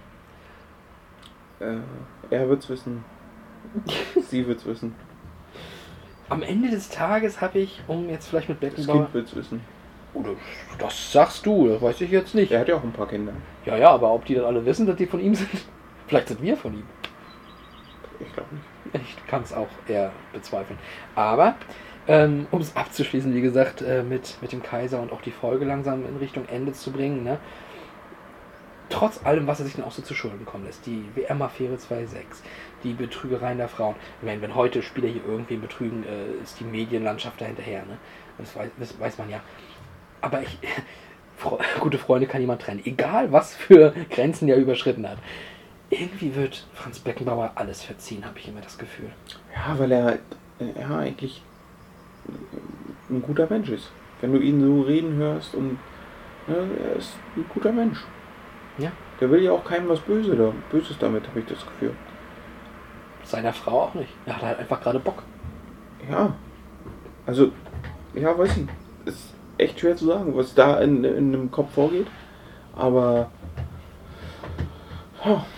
Ja. Er wird's wissen. Sie wird's wissen. Am Ende des Tages habe ich, um jetzt vielleicht mit Beckenbauer... Das Kind wird's wissen. Oder das sagst du, das weiß ich jetzt nicht. Er hat ja auch ein paar Kinder. Ja, aber ob die dann alle wissen, dass die von ihm sind? Vielleicht sind wir von ihm. Ich glaube nicht. Ich kann es auch eher bezweifeln. Aber, um es abzuschließen, wie gesagt, mit dem Kaiser und auch die Folge langsam in Richtung Ende zu bringen, ne? trotz allem, was er sich dann auch so zu Schulden kommen lässt, die WM-Affäre 2.6, die Betrügereien der Frauen. Ich meine, wenn heute Spieler hier irgendwen betrügen, ist die Medienlandschaft dahinterher, ne? Das weiß man ja. Aber gute Freunde kann jemand trennen, egal was für Grenzen er überschritten hat. Irgendwie wird Franz Beckenbauer alles verziehen, habe ich immer das Gefühl. Ja, weil er eigentlich ein guter Mensch ist. Wenn du ihn so reden hörst und er ist ein guter Mensch. Ja. Der will ja auch keinem was Böses damit, habe ich das Gefühl. Seiner Frau auch nicht. Er hat halt einfach gerade Bock. Ja. Also, ja, weiß ich. Ist echt schwer zu sagen, was da in einem Kopf vorgeht. Aber ja.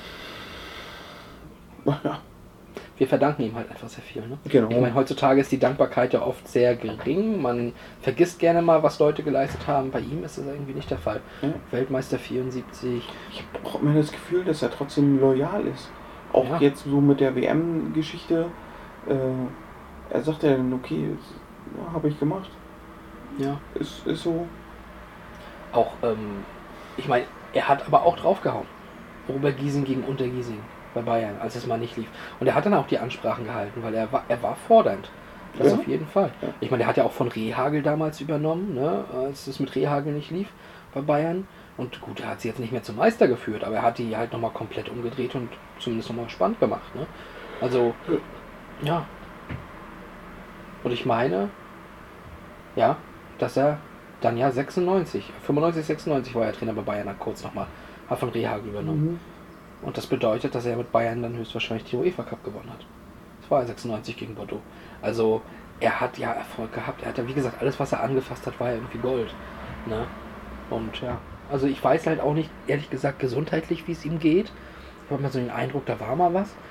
Wir verdanken ihm halt einfach sehr viel. Ne? Genau. Ich meine, heutzutage ist die Dankbarkeit ja oft sehr gering. Man vergisst gerne mal, was Leute geleistet haben. Bei ihm ist das irgendwie nicht der Fall. Ja. Weltmeister 74. Ich habe auch immer das Gefühl, dass er trotzdem loyal ist. Auch jetzt so mit der WM-Geschichte. Er sagt ja dann, okay, habe ich gemacht. Ja. Ist so. Auch, ich meine, er hat aber auch draufgehauen. Obergiesing gegen Untergiesing bei Bayern, als es mal nicht lief. Und er hat dann auch die Ansprachen gehalten, weil er war fordernd. Das auf jeden Fall. Ja. Ich meine, der hat ja auch von Rehhagel damals übernommen, ne, als es mit Rehhagel nicht lief bei Bayern. Und gut, er hat sie jetzt nicht mehr zum Meister geführt, aber er hat die halt nochmal komplett umgedreht und zumindest nochmal spannend gemacht. Ne? Also, ja. Und ich meine, ja, dass er dann ja 95, 96 war er Trainer bei Bayern, dann kurz nochmal, hat von Rehhagel übernommen. Mhm. Und das bedeutet, dass er mit Bayern dann höchstwahrscheinlich den UEFA Cup gewonnen hat. Das war 96 gegen Bordeaux. Also er hat ja Erfolg gehabt. Er hat ja, wie gesagt, alles, was er angefasst hat, war ja irgendwie Gold. Ne? Und ja, also ich weiß halt auch nicht, ehrlich gesagt, gesundheitlich, wie es ihm geht. Ich habe mal so den Eindruck, da war mal was.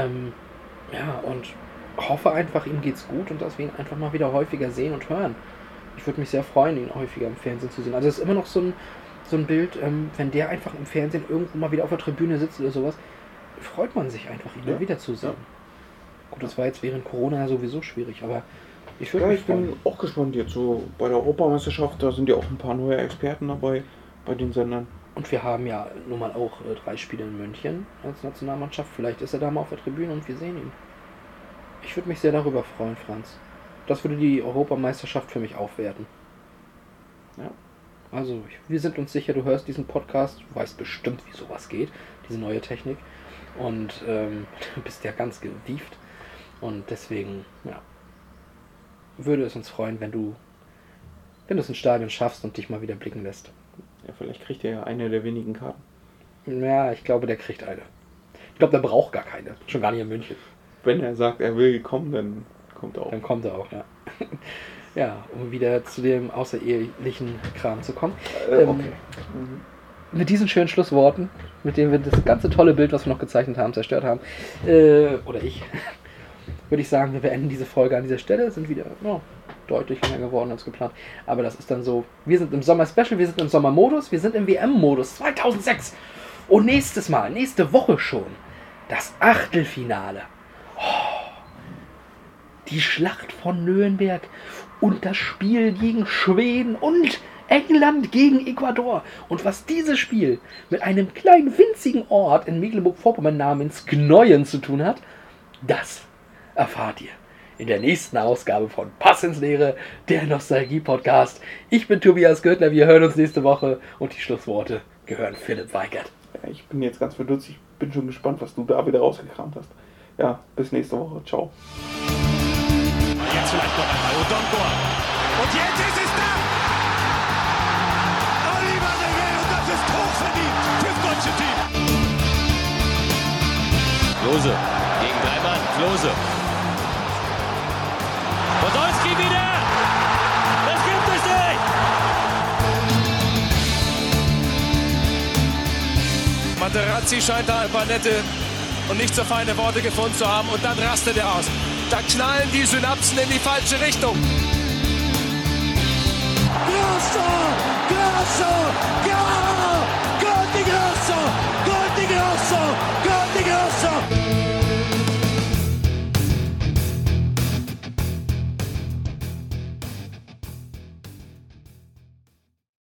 Ja, und hoffe einfach, ihm geht's gut und dass wir ihn einfach mal wieder häufiger sehen und hören. Ich würde mich sehr freuen, ihn häufiger im Fernsehen zu sehen. Also es ist immer noch so ein Bild, wenn der einfach im Fernsehen irgendwo mal wieder auf der Tribüne sitzt oder sowas, freut man sich einfach, ihn mal wiederzusehen. Ja. Gut, das war jetzt während Corona sowieso schwierig, aber ich würde mich freuen. Ich bin auch gespannt jetzt so bei der Europameisterschaft, da sind ja auch ein paar neue Experten dabei bei den Sendern. Und wir haben ja nun mal auch 3 Spiele in München als Nationalmannschaft. Vielleicht ist er da mal auf der Tribüne und wir sehen ihn. Ich würde mich sehr darüber freuen, Franz. Das würde die Europameisterschaft für mich aufwerten. Ja. Also, wir sind uns sicher, du hörst diesen Podcast, du weißt bestimmt, wie sowas geht, diese neue Technik. Und du bist ja ganz gewieft. Und deswegen, ja, würde es uns freuen, wenn du es ins Stadion schaffst und dich mal wieder blicken lässt. Ja, vielleicht kriegt er ja eine der wenigen Karten. Ja, ich glaube, der kriegt eine. Ich glaube, der braucht gar keine. Schon gar nicht in München. Wenn er sagt, er will kommen, dann kommt er auch. Dann kommt er auch, ja. Ja, um wieder zu dem außerehelichen Kram zu kommen. Okay. Mit diesen schönen Schlussworten, mit denen wir das ganze tolle Bild, was wir noch gezeichnet haben, zerstört haben, oder ich, würde ich sagen, wir beenden diese Folge an dieser Stelle, sind wieder deutlich länger geworden als geplant. Aber das ist dann so, wir sind im Sommer-Special, wir sind im Sommermodus, wir sind im WM-Modus 2006. Und nächste Woche schon, das Achtelfinale. Die Schlacht von Nürnberg und das Spiel gegen Schweden und England gegen Ecuador. Und was dieses Spiel mit einem kleinen winzigen Ort in Mecklenburg-Vorpommern namens Gnoien zu tun hat, das erfahrt ihr in der nächsten Ausgabe von Pass ins Leere, der Nostalgie-Podcast. Ich bin Tobias Gürtler, wir hören uns nächste Woche und die Schlussworte gehören Philipp Weigert. Ja, ich bin jetzt ganz verdutzt, ich bin schon gespannt, was du da wieder rausgekramt hast. Ja, bis nächste Woche. Ciao. Jetzt vielleicht noch einmal Odonkor. Und jetzt ist es da! Oliver Reguer, und das ist hochverdient fürs deutsche Team. Klose gegen 3 Mann. Klose. Podolski wieder! Das gibt es nicht! Materazzi scheint da ein paar nette und nicht so feine Worte gefunden zu haben und dann rastet er aus. Da knallen die Synapsen in die falsche Richtung.